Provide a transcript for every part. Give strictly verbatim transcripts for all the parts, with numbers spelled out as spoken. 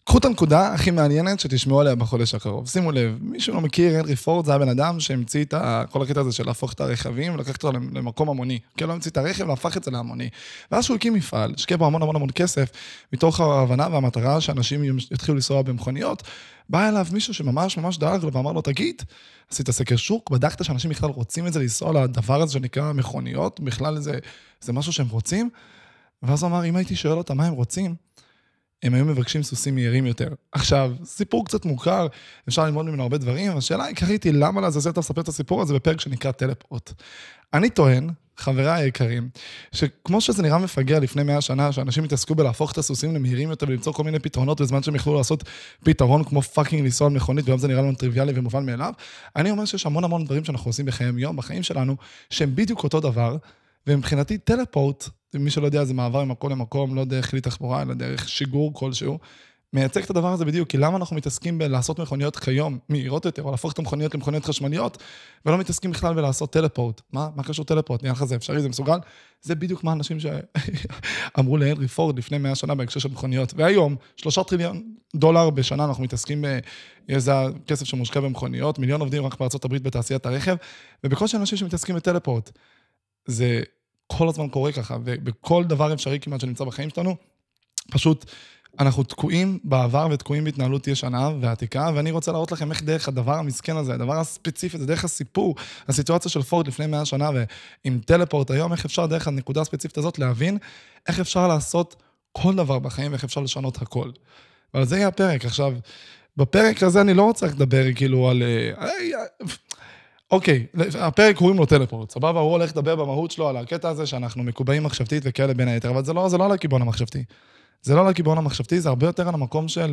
קחו את הנקודה הכי מעניינת שתשמעו עליה בחודש הקרוב. שימו לב, מישהו לא מכיר, הנרי פורד זה הבן אדם שהמציא את כל הקטע הזה של להפוך את הרכבים ולקח אותו למקום המוני. כן, לא המציא את הרכב, להפך את זה להמוני. ואז שהוא הקים מפעל, השקיע בו המון המון המון כסף, מתוך ההבנה והמטרה שאנשים יתחילו לנסוע במכוניות, בא אליו מישהו שממש ממש דאג לו ואמר לו, תגיד, עשית סקר שוק, בדקת שאנשים בכלל רוצים את זה לנסוע לדבר הזה שנקרא מכוניות, בכלל זה, זה משהו שהם רוצים? ואז הוא אמר, אם הייתי שואל אותם מה הם רוצים, הם היו מבקשים סוסים מהירים יותר. עכשיו, סיפור קצת מוכר, אפשר ללמוד ממנו הרבה דברים, אבל השאלה העיקרית היא למה לעזאזל אתה מספר את הסיפור הזה בפרק שנקרא טלפורט. אני טוען, חבריי היקרים, שכמו שזה נראה מפגר לפני מאה שנה, שאנשים התעסקו בלהפוך את הסוסים למהירים יותר ולמצוא כל מיני פתרונות בזמן שהם יכלו לעשות פתרון כמו פאקינג לנסוע על מכונית, והיום זה נראה לנו טריוויאלי ומובן מאליו, אני אומר שיש המון המון דברים שאנחנו עושים בחיים יום, בחיים שלנו, שהם בדיוק אותו דבר, ומבחינתי טלפורט, מי שלא יודע, זה מעבר ממקום למקום, לא דרך כלי תחבורה, אלא דרך שיגור כלשהו, מייצג את הדבר הזה בדיוק, כי למה אנחנו מתעסקים בלעשות מכוניות כיום, מהירות יותר, או להפוך את המכוניות למכוניות חשמליות, ולא מתעסקים בכלל בלעשות טלפורט. מה? מה קשור טלפורט? נראה לך זה אפשרי, זה מסוגל? זה בדיוק מה האנשים שאמרו להנרי פורד לפני מאה שנה בהקשר של מכוניות. והיום, שלושה טריליון דולר בשנה אנחנו מתעסקים, זה הכסף שמושקע במכוניות, מיליון עובדים רק בארצות הברית בתעשיית הרכב, ובכל שאנשים שמתעסקים בטלפורט, זה כל הזמן קורה ככה, ובכל דבר אפשרי כמעט שנמצא בחיים שלנו, פשוט אנחנו תקועים בעבר ותקועים בהתנהלות ישנה ועתיקה, ואני רוצה להראות לכם איך דרך הדבר המסכן הזה, הדבר הספציפי, זה דרך הסיפור, הסיטואציה של פורד לפני מאה שנה, ועם טלפורט היום, איך אפשר דרך הנקודה הספציפית הזאת להבין, איך אפשר לעשות כל דבר בחיים, ואיך אפשר לשנות הכל. אבל זה יהיה הפרק. עכשיו, בפרק הזה אני לא רוצה לדבר כאילו על... אוקיי, הפרק קוראים לו טלפורט, סבבה, הוא הולך לדבר במהות שלו על הקטע הזה שאנחנו מקובעים מחשבתית וכאלה בין היתר, אבל זה לא, זה לא על הכיוון המחשבתי. זה לא על הכיוון המחשבתי, זה הרבה יותר על המקום של,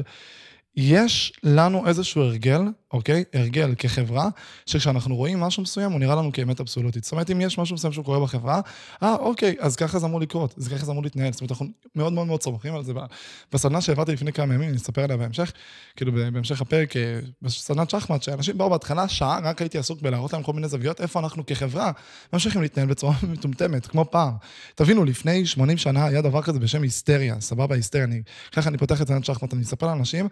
יש לנו איזשהו הרגל, אוקיי? הרגל כחברה, שכשאנחנו רואים משהו מסוים, הוא נראה לנו כאמת אבסולוטית. זאת אומרת, אם יש משהו מסוים שהוא קורה בחברה, אה, אוקיי, אז ככה זה אמור לקרות, אז ככה זה אמור להתנהל. זאת אומרת, אנחנו מאוד מאוד מאוד סומכים על זה. בסדנה שהעברתי לפני כמה ימים, אני אספר עליה בהמשך, כאילו בהמשך הפרק, בסדנת שחמט, שאנשים באו בהתחלה שעה, רק הייתי עסוק בלהראות להם כל מיני זוויות, איפה אנחנו כחברה ממשיכים להתנהל בצורה מטומטמת, כמו פעם. תבינו, לפני שמונים שנה היה דבר כזה בשם היסטריה, סבבה, היסטריה. אני, ככה אני פותח את סדנת שחמט, אני אספר לאנשים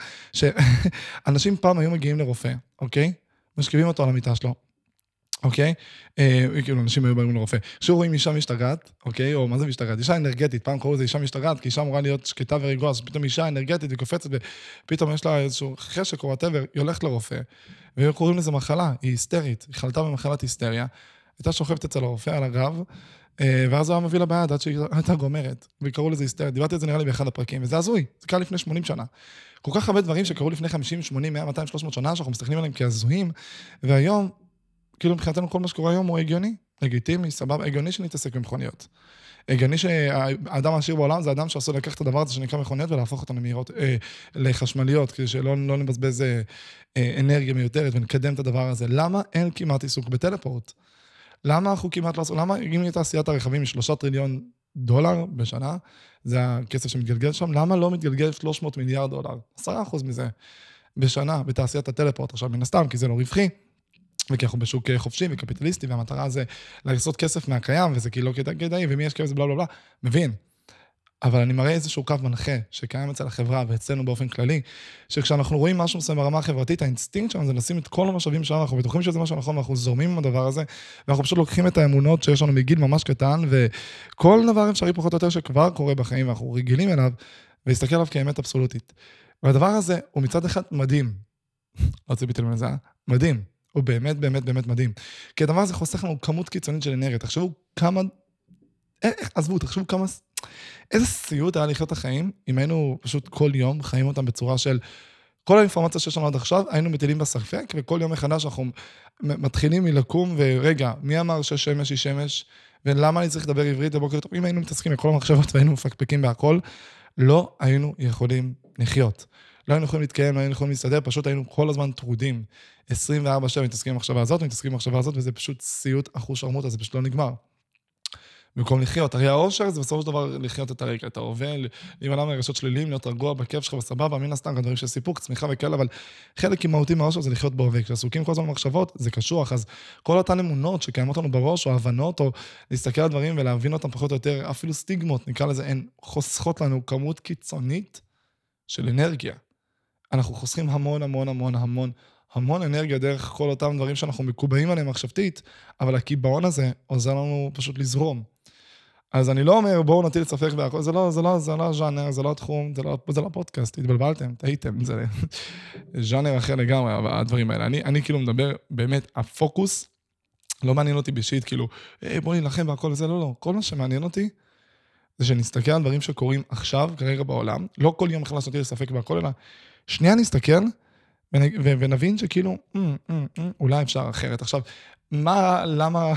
שאנשים פעם היו מגיעים לרופא, אוקיי? משכיבים אותו על המיטה שלו, אוקיי? כאילו, אנשים היו באים לרופא. כשהוא רואים אישה משתגעת, אוקיי? או מה זה משתגעת? אישה אנרגטית, פעם קראו לזה אישה משתגעת, כי אישה אמורה להיות שקטה ורגועה, אז פתאום אישה אנרגטית וקופצת, ופתאום יש לה איזשהו חשק או whatever, היא הולכת לרופא, והיו קוראים לזה מחלה, היא היסטרית, היא חלתה במחלת היסטריה, הייתה שוכבת אצל הרופא על הגב, ואז הוא היה מביא לה ביד עד שהיא הייתה גומרת, וקראו לזה היסטרית. דיברתי את זה נראה לי באחד הפרקים, וזה הזוי, זה קרה לפני שמונים שנה. כל כך הרבה דברים שקרו לפני חמישים, שמונים, מאה, מאתיים, שלוש מאות שנה, שאנחנו מסתכלים עליהם כהזויים, והיום, כאילו מבחינתנו כל מה שקורה היום הוא הגיוני, לגיטימי, סבבה, הגיוני שנתעסק במכוניות. הגיוני שהאדם העשיר בעולם זה אדם שעשו לקח את הדבר הזה שנקרא מכוניות ולהפוך אותנו מהירות, אה, לחשמליות, כדי שלא לא נבזבז אה, אנרגיה מיותרת ונקדם את הדבר הזה. למה אין כמעט עיסוק בטלפורט? למה אנחנו כמעט לא עשו? למה אם תעשיית הרכבים משלושה טריליון דולר בשנה, זה הכסף שמתגלגל שם, למה לא מתגלגל שלוש מאות מיליארד דולר? עשרה אחוז מזה בשנה בתעשיית הטלפורט, עכשיו מן הסתם, כי זה לא רווחי, וכי אנחנו בשוק חופשי וקפיטליסטי, והמטרה זה לעשות כסף מהקיים, וזה כאילו לא כדאי, ומי יש כסף בלה בלה בלה, מבין. אבל אני מראה איזשהו קו מנחה, שקיים אצל החברה ואצלנו באופן כללי, שכשאנחנו רואים משהו מסוים ברמה החברתית, האינסטינקט שלנו זה לשים את כל המשאבים שלנו, אנחנו בטוחים שזה משהו נכון, ואנחנו זורמים עם הדבר הזה, ואנחנו פשוט לוקחים את האמונות שיש לנו מגיל ממש קטן, וכל דבר אפשרי פחות או יותר שכבר קורה בחיים, ואנחנו רגילים אליו, ולהסתכל עליו כאמת אבסולוטית. והדבר הזה הוא מצד אחד מדהים. לא ציפיתי לזה, מדהים. הוא באמת, באמת, באמת מדהים. כי הדבר הזה חוסך לנו כמות קיצונית של אנרגיה. תחשבו כמה, עזבו, תחשבו כמה, איזה סיוט היה לחיות החיים, אם היינו פשוט כל יום חיים אותם בצורה של, כל האינפורמציה שיש לנו עד עכשיו, היינו מטילים בספק, וכל יום מחדש אנחנו מתחילים מלקום, ורגע, מי אמר ששמש היא שמש, ולמה אני צריך לדבר עברית בבוקר טוב? אם היינו מתעסקים בכל המחשבות והיינו מפקפקים בהכל, לא היינו יכולים לחיות. לא היינו יכולים להתקיים, לא היינו יכולים להסתדר, פשוט היינו כל הזמן טרודים. עשרים וארבע שבע מתעסקים במחשבה הזאת, מתעסקים במחשבה הזאת, וזה פשוט סיוט אחוש שרמוטה, זה פשוט לא נגמר. במקום לחיות. הרי האושר זה בסופו של דבר לחיות את הרקע, אתה עובל, להימנע מהרגשות שליליים, להיות רגוע בכיף שלך בסבבה, מן הסתם, גם דברים של סיפוק, צמיחה וכאלה, אבל חלק מהותי מהאושר זה לחיות בהווה. כשעסוקים כל הזמן במחשבות, זה קשוח, אז כל אותן אמונות שקיימות לנו בראש, או הבנות, או להסתכל על דברים ולהבין אותם פחות או יותר, אפילו סטיגמות, נקרא לזה, הן חוסכות לנו כמות קיצונית של אנרגיה. אנחנו חוסכים המון, המון, המון, המון, המון אנרגיה דרך כל אותם דברים שאנחנו מקובעים עליהם מחשבתית, אבל הקיבעון הזה עוזר לנו פשוט לזרום. אז אני לא אומר, בואו נטיל ספק בהכל, זה לא, זה לא, זה לא ז'אנר, זה לא תחום, זה לא, זה לא פודקאסט, התבלבלתם, טעיתם, זה ז'אנר אחר לגמרי, הדברים האלה. אני, אני כאילו מדבר, באמת, הפוקוס, לא מעניין אותי בשיט, כאילו, היי, בוא נלחם בהכל, זה לא, לא. כל מה שמעניין אותי, זה שנסתכל על דברים שקורים עכשיו, כרגע בעולם, לא כל יום בכלל נטיל ספק בהכל, אלא שנייה נסתכל, ונבין שכאילו, אולי אפשר אחרת. עכשיו, מה, למה...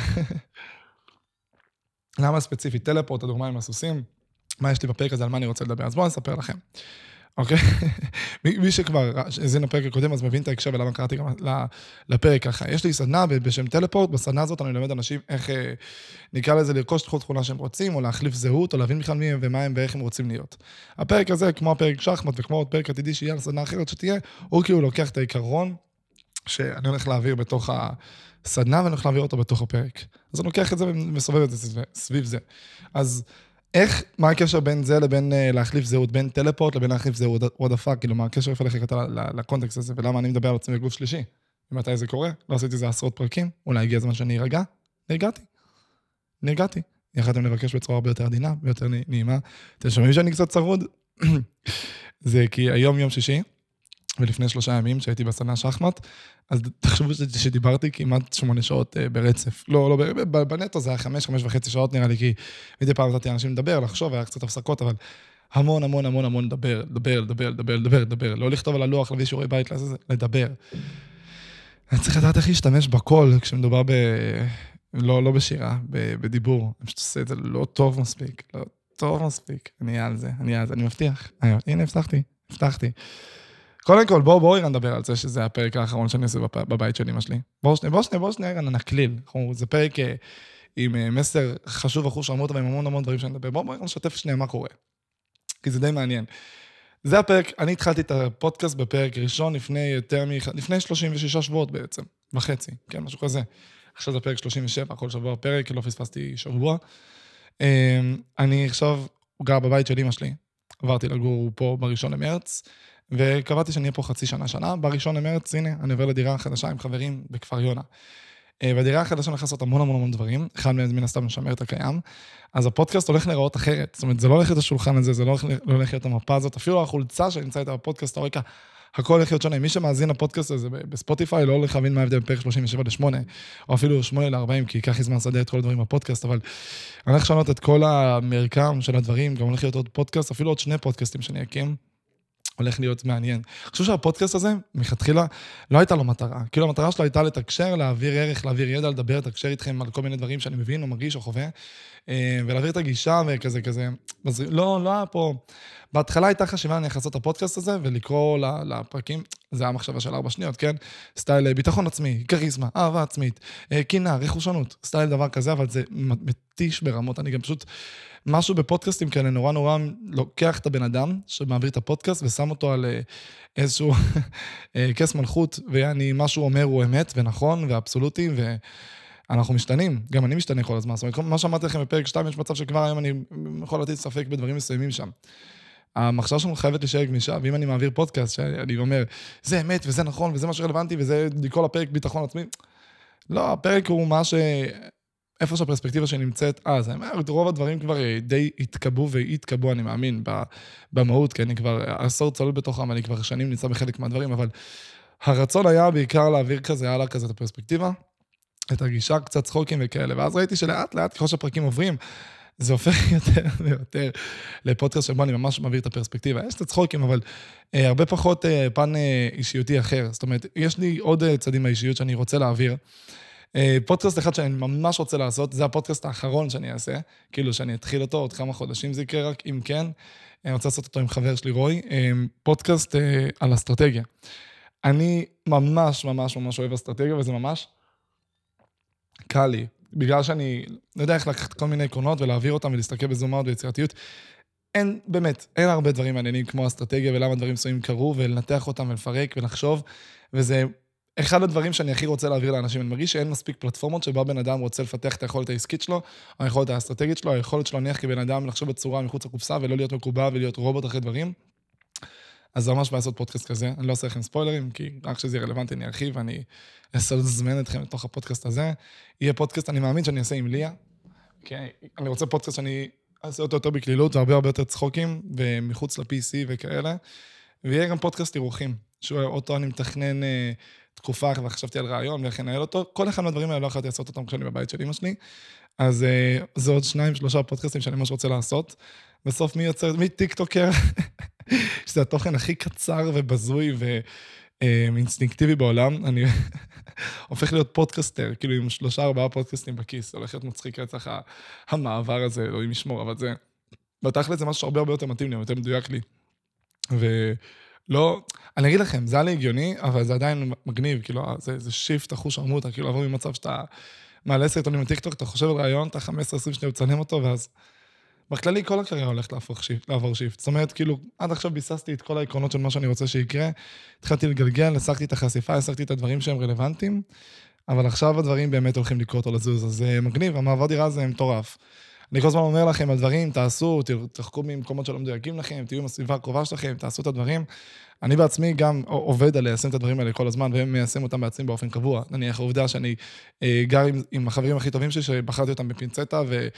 למה ספציפית טלפורט, הדוגמה עם הסוסים, מה יש לי בפרק הזה, על מה אני רוצה לדבר, אז בואו נספר לכם, אוקיי? מי שכבר הזין לפרק הקודם, אז מבין את ההקשר ולמה קראתי גם לפרק ככה. יש לי סדנה בשם טלפורט, בסדנה הזאת אני לומד אנשים איך, נקרא לזה, לרכוש תכות תכונה שהם רוצים, או להחליף זהות, או להבין בכלל מי הם ומה הם ואיך הם רוצים להיות. הפרק הזה, כמו הפרק שחמט וכמו עוד פרק עתידי שיהיה על סדנה אחרת שתהיה, הוא כאילו לוקח את העיקרון שאני הולך להעביר בתוך הסדנה, ואני הולך להעביר אותו בתוך הפרק. אז אני לוקח את זה ומסובב את זה סביב זה. אז איך, מה הקשר בין זה לבין להחליף זהות, בין טלפורט לבין להחליף זהות, what the fuck, כאילו מה הקשר איפה לך אתה לקונטקסט הזה, ולמה אני מדבר על עצמי בגוף שלישי? ומתי זה קורה? לא עשיתי זה עשרות פרקים, אולי הגיע הזמן שאני ארגע? נרגעתי. נרגעתי. יכלתם לבקש בצורה הרבה יותר עדינה, ביותר נעימה. אתם שומעים שאני קצת צרוד? זה כי היום יום שישי, ולפני שלושה ימים שהייתי בסדנה שחמט, אז תחשבו שדיברתי כמעט שמונה שעות ברצף. לא, לא, בנטו זה היה חמש, חמש וחצי שעות נראה לי, כי מדי פעם נתתי אנשים לדבר, לחשוב, היה קצת הפסקות, אבל המון, המון, המון, המון לדבר, לדבר, לדבר, לדבר, לדבר, לדבר, לא לכתוב על הלוח, להביא שיעורי בית, לדבר. אני צריך לדעת איך להשתמש בקול, כשמדובר ב... לא, לא בשירה, בדיבור. אני פשוט עושה את זה לא טוב מספיק, לא טוב מספיק. אני אהיה על זה, אני אהיה על זה, אני מבטיח. הנה, הבטחתי, הבטחתי. קודם כל, בואו, בואו, אירן, נדבר על זה, שזה הפרק האחרון שאני עושה בבית של אמא שלי. בואו שני, בואו שני, בואו שני, אירן, נקליל. זה פרק עם מסר חשוב אחוש רמות, ועם המון המון דברים שאני מדבר. בואו, בואו, נשתף שנייה מה קורה. כי זה די מעניין. זה הפרק, אני התחלתי את הפודקאסט בפרק ראשון, לפני יותר מ... לפני שלושים ושישה שבועות בעצם, וחצי, כן, משהו כזה. עכשיו זה פרק שלושים ושבע, כל שבוע פרק, לא פספסתי שבוע. אני עכשיו גר בבית של אמא שלי. עברתי לגור פה בראשון למרץ. וקבעתי שאני אהיה פה חצי שנה, שנה. בראשון למרץ, הנה, אני עובר לדירה חדשה עם חברים בכפר יונה. בדירה החדשה אני הולך לעשות המון המון המון דברים. אחד מהם מן הסתם משמר את הקיים. אז הפודקאסט הולך להיראות אחרת. זאת אומרת, זה לא הולך להיות השולחן הזה, זה לא הולך להיות המפה הזאת. אפילו החולצה שנמצא איתה בפודקאסט, הרקע, הכל הולך להיות שונה. מי שמאזין לפודקאסט הזה בספוטיפיי, לא הולך להבין מה ההבדל בפרק שלושים ושבע לשמונה, או אפילו שמונה לארבעים, כי ייקח זמן לסדר את כל הדברים בפודקאסט, אבל אני הולך לשנות את כל המרקם של הדברים, גם הולך להיות עוד פודקאסט, אפילו עוד שני פודקאסטים שאני אקים. הולך להיות מעניין. אני חושב שהפודקאסט הזה, מכתחילה, לא הייתה לו מטרה. כאילו המטרה שלו הייתה לתקשר, להעביר ערך, להעביר ידע, לדבר, לתקשר איתכם על כל מיני דברים שאני מבין או מרגיש או חווה, ולהעביר את הגישה וכזה כזה. אז לא, לא היה פה... בהתחלה הייתה חשיבה אני לעשות את הפודקאסט הזה, ולקרוא לפרקים, זה היה מחשבה של ארבע שניות, כן? סטייל ביטחון עצמי, כריזמה, אהבה עצמית, קינה, רכושנות, סטייל דבר כזה, אבל זה מתיש ברמות. אני גם פשוט... משהו בפודקאסטים כאלה נורא נורא לוקח את הבן אדם שמעביר את הפודקאסט ושם אותו על איזשהו כס מלכות, ואני, מה שהוא אומר הוא אמת ונכון ואבסולוטי, ואנחנו משתנים, גם אני משתנה כל הזמן. זאת אומרת, מה שאמרתי לכם בפרק שתיים, יש מצב שכבר היום אני יכול לתת ספק בדברים מסוימים שם. המחשבה שלנו חייבת להישאר גמישה, ואם אני מעביר פודקאסט שאני אומר, זה אמת וזה נכון וזה מה שרלוונטי וזה כל הפרק ביטחון עצמי, לא, הפרק הוא מה ש... איפה שהפרספקטיבה שנמצאת, אז רוב הדברים כבר די התקבו והתקבו, אני מאמין, במהות, כי אני כבר עשור צלול בתוכם, אני כבר שנים נמצא בחלק מהדברים, אבל הרצון היה בעיקר להעביר כזה הלאה כזה את הפרספקטיבה, את הגישה, קצת צחוקים וכאלה, ואז ראיתי שלאט לאט, ככל שהפרקים עוברים, זה הופך יותר ויותר לפודקאסט שבו אני ממש מעביר את הפרספקטיבה. יש את צחוקים, אבל אה, הרבה פחות אה, פן אה, אישיותי אחר. זאת אומרת, יש לי עוד אה, צדים מהאישיות שאני רוצה להעביר. אה, פודקאסט אחד שאני ממש רוצה לעשות, זה הפודקאסט האחרון שאני אעשה, כאילו שאני אתחיל אותו עוד כמה חודשים, זה יקרה רק אם כן. אני רוצה לעשות אותו עם חבר שלי רוי, אה, פודקאסט אה, על אסטרטגיה. אני ממש ממש ממש אוהב אסטרטגיה, וזה ממש קל לי. בגלל שאני לא יודע איך לקחת כל מיני עקרונות ולהעביר אותם ולהסתכל בזומות ויצירתיות. אין, באמת, אין הרבה דברים מעניינים כמו אסטרטגיה ולמה דברים מסוימים קרו ולנתח אותם ולפרק ולחשוב, וזה אחד הדברים שאני הכי רוצה להעביר לאנשים. אני מרגיש שאין מספיק פלטפורמות שבה בן אדם רוצה לפתח את היכולת העסקית שלו, היכולת האסטרטגית שלו, היכולת שלו להניח כבן אדם לחשוב בצורה מחוץ לקופסה ולא להיות מקובע ולהיות רובוט אחרי דברים. אז זה ממש בא לעשות פודקאסט כזה, אני לא עושה לכם ספוילרים, כי רק שזה יהיה רלוונטי אני ארחיב, ואני אסזמן אתכם לתוך הפודקאסט הזה. יהיה פודקאסט, אני מאמין שאני אעשה עם ליה, כי אני רוצה פודקאסט שאני אעשה אותו יותר בקלילות, והרבה הרבה יותר צחוקים, ומחוץ ל-פי סי וכאלה, ויהיה גם פודקאסט אירוחים, שהוא אותו אני מתכנן תקופה, וחשבתי על רעיון, ואיך לנהל אותו. כל אחד מהדברים האלה לא יכולתי לעשות אותם כשאני בבית של אמא שלי. אז זה עוד שניים, שלושה פודקאסטים שאני ממש רוצה לעשות. בסוף מי יוצר, מי טיקטוקר, שזה התוכן הכי קצר ובזוי ואינסטינקטיבי בעולם. אני הופך להיות פודקאסטר, כאילו עם שלושה, ארבעה פודקאסטים בכיס. הולך להיות מצחיק רצח המעבר הזה, אלוהים ישמור, אבל זה, בתכל'ס זה משהו שהרבה הרבה יותר מתאים לי, יותר מדויק לי. ולא, אני אגיד לכם, זה היה לי הגיוני, אבל זה עדיין מגניב, כאילו, זה, זה שיפט, אחוש ערמות, כאילו, עבור ממצב שאתה מעלה סרטונים בטיקטוק, אתה חושב על רעיון, אתה חמש עשרה עשרים שניות צלם אותו, ואז בכללי כל הקריירה הולכת לעבור שיפט. זאת אומרת, כאילו, עד עכשיו ביססתי את כל העקרונות של מה שאני רוצה שיקרה, התחלתי לגלגל, הסקתי את החשיפה, הסקתי את הדברים שהם רלוונטיים, אבל עכשיו הדברים באמת הולכים לקרות או לזוז, אז זה מגניב, המעבר דירה זה מטורף. אני כל הזמן אומר לכם על דברים, תעשו, תחכו ממקומות שלא מדויקים לכם, תהיו עם הסביבה הקרובה שלכם, תעשו את הדברים. אני בעצמי גם עובד על ליישם את הדברים האלה כל הזמן, והם מיישם אותם בעצמי באופן קבוע. נניח העובדה שאני גר עם, עם החברים הכי טובים שלי, שבחרתי אותם בפינצטה,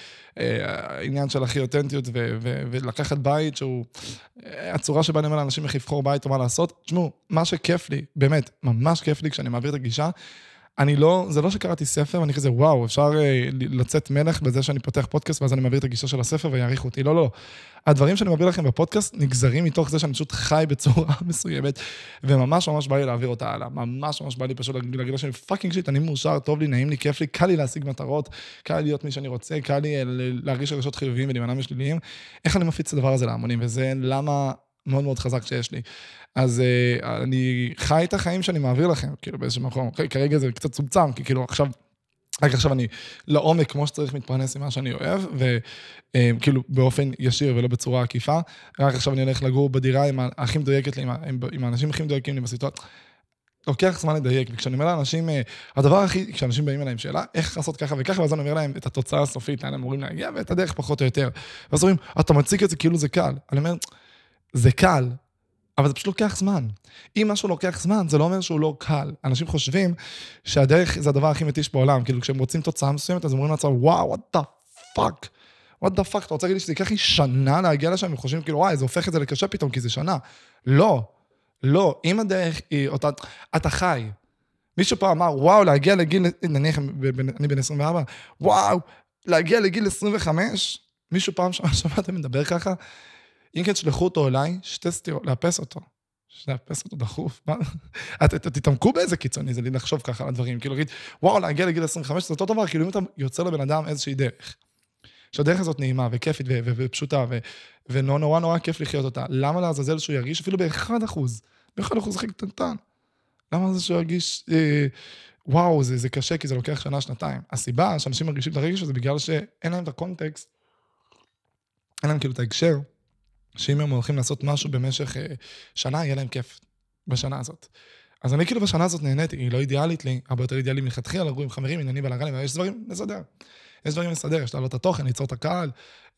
והעניין של הכי אותנטיות, ו- ו- ולקחת בית, שהוא הצורה שבה אני אומר לאנשים איך לבחור בית או מה לעשות. תשמעו, מה שכיף לי, באמת, ממש כיף לי כשאני מעביר את הגישה, אני לא, זה לא שקראתי ספר, ואני כזה, וואו, אפשר לצאת מלך בזה שאני פותח פודקאסט, ואז אני מעביר את הגישה של הספר ויעריכו אותי. לא, לא. הדברים שאני מעביר לכם בפודקאסט נגזרים מתוך זה שאני פשוט חי בצורה מסוימת, וממש ממש בא לי להעביר אותה הלאה. ממש ממש בא לי פשוט להגיד לה שאני פאקינג שיט, אני מאושר, טוב לי, נעים לי, כיף לי, קל לי להשיג מטרות, קל לי להיות מי שאני רוצה, קל לי להרגיש רגשות חיוביים ולהימנע משליליים. איך אני מפיץ את הדבר הזה להמונים, וזה למה מאוד מאוד חזק שיש לי. אז uh, אני חי את החיים שאני מעביר לכם, כאילו באיזשהו מקום. Okay, כרגע זה קצת צומצם, כי כאילו עכשיו, רק עכשיו אני לעומק כמו שצריך מתפרנס עם מה שאני אוהב, וכאילו באופן ישיר ולא בצורה עקיפה. רק עכשיו אני הולך לגור בדירה עם הכי מדויקת לי, עם, עם, עם האנשים הכי מדויקים לי בסיטואציה. לוקח זמן לדייק, וכשאני אומר לאנשים, הדבר הכי, כשאנשים באים אליהם שאלה, איך לעשות ככה וככה, ואז אני אומר להם את התוצאה הסופית, לאן הם אמורים להגיע, ואת הדרך פחות או יותר. ואז אומרים, אתה מציג את זה כאילו זה קל. אני אומר, זה קל, אבל זה פשוט לוקח זמן. אם משהו לוקח זמן, זה לא אומר שהוא לא קל. אנשים חושבים שהדרך זה הדבר הכי מתיש בעולם. כאילו, כשהם רוצים תוצאה מסוימת, אז הם אומרים לעצמם, וואו, what the fuck? what the fuck? אתה רוצה להגיד לי שזה ייקח לי שנה להגיע לשם, הם חושבים כאילו, וואי, זה הופך את זה לקשה פתאום, כי זה שנה. לא, לא. אם הדרך היא אותה, אתה חי. מישהו פעם אמר, וואו, להגיע לגיל, נניח, אני בן עשרים וארבע, וואו, להגיע לגיל עשרים וחמש, מישהו פעם שמעתם מדבר ככה, אם כן תשלחו אותו אליי, שתי סתירות, לאפס אותו. לאפס אותו דחוף. תתעמקו באיזה קיצוני, זה לי לחשוב ככה על הדברים. כאילו, להגיד, וואו, להגיע לגיל עשרים וחמש, זה אותו דבר, כאילו אם אתה יוצר לבן אדם איזושהי דרך. שהדרך הזאת נעימה וכיפית ופשוטה, ונורא נורא כיף לחיות אותה. למה לעזאזל שהוא ירגיש אפילו ב-אחד אחוז? ב-אחד אחוז הכי קטנטן. למה זה שהוא ירגיש, וואו, זה קשה, כי זה לוקח שנה, שנתיים. הסיבה שאנשים מרגישים את הרגש הזה, בגלל שאין להם את הקונטקסט, אין להם כאילו את ההקשר, שאם הם הולכים לעשות משהו במשך שנה, יהיה להם כיף בשנה הזאת. אז אני כאילו בשנה הזאת נהניתי, היא לא אידיאלית לי, הרבה יותר אידיאלי מלכתחילה, לגור עם חברים, עניינים בלגנים, אבל יש דברים לסדר. יש דברים לסדר, יש לעלות את התוכן, ליצור את הקהל,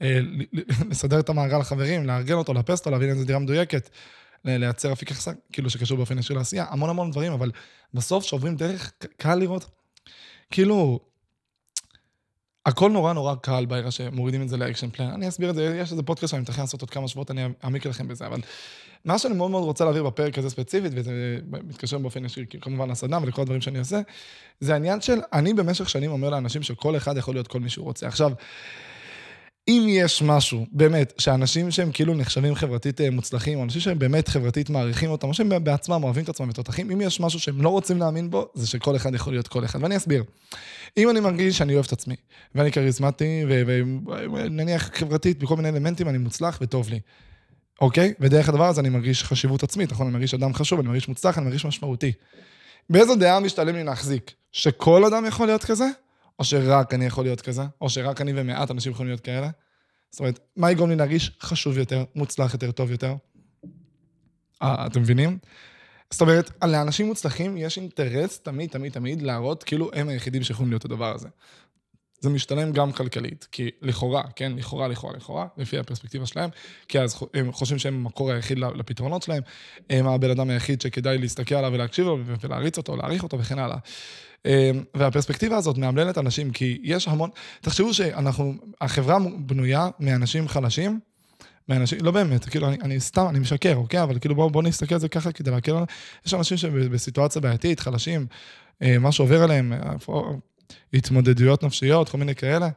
לסדר את המעגל לחברים, לארגן אותו, לאפס אותו, להבין איזו דירה מדויקת, לייצר אפיק יחסה, כאילו שקשור באופן ישיר לעשייה, המון המון דברים, אבל בסוף שעוברים דרך, קל לראות, כאילו, הכל נורא נורא קל בעירה שמורידים את זה לאקשן פלן. אני אסביר את זה, יש איזה פודקאסט שאני מתכן לעשות עוד כמה שבועות, אני אעמיק לכם בזה, אבל מה שאני מאוד מאוד רוצה להעביר בפרק הזה ספציפית, וזה מתקשר באופן ישיר כמובן לסדנה ולכל הדברים שאני עושה, זה העניין של, אני במשך שנים אומר לאנשים שכל אחד יכול להיות כל מי שהוא רוצה. עכשיו, אם יש משהו, באמת, שאנשים שהם כאילו נחשבים חברתית מוצלחים, או אנשים שהם באמת חברתית מעריכים אותם, או שהם בעצמם אוהבים את עצמם ותותחים, אם יש משהו שהם לא רוצים להאמין בו, זה שכל אחד יכול להיות כל אחד. ואני אסביר. אם אני מרגיש שאני אוהב את עצמי, ואני כריזמטי, ונניח חברתית, בכל מיני אלמנטים, אני מוצלח וטוב לי. אוקיי? ודרך הדבר הזה אני מרגיש חשיבות עצמית, נכון? אני מרגיש אדם חשוב, אני מרגיש מוצלח, אני מרגיש משמעותי. באיזו דעה משתלם לי להחזיק? שכל אדם יכול להיות כזה? או שרק אני יכול להיות כזה? או שרק אני ומעט אנשים יכולים להיות כאלה? זאת אומרת, מה יגרום לי להרגיש חשוב יותר, מוצלח יותר, טוב יותר? אה, אתם מבינים? זאת אומרת, לאנשים מוצלחים יש אינטרס תמיד, תמיד, תמיד להראות כאילו הם היחידים שיכולים להיות הדבר הזה. זה משתלם גם כלכלית, כי לכאורה, כן, לכאורה, לכאורה, לכאורה, לפי הפרספקטיבה שלהם, כי אז הם חושבים שהם המקור היחיד לפתרונות שלהם, הם הבן אדם היחיד שכדאי להסתכל עליו ולהקשיב לו ולהריץ אותו, להעריך אותו וכן הלאה. והפרספקטיבה הזאת מאמללת אנשים, כי יש המון, תחשבו שאנחנו, החברה בנויה מאנשים חלשים, מאנשים, לא באמת, כאילו, אני, אני סתם, אני משקר, אוקיי? אבל כאילו, בואו בוא נסתכל על זה ככה כדי להכיר לנו. יש אנשים שבסיטואציה בעייתית, חלשים, מה שעובר עליהם, התמודדויות נפשיות, כל מיני כאלה,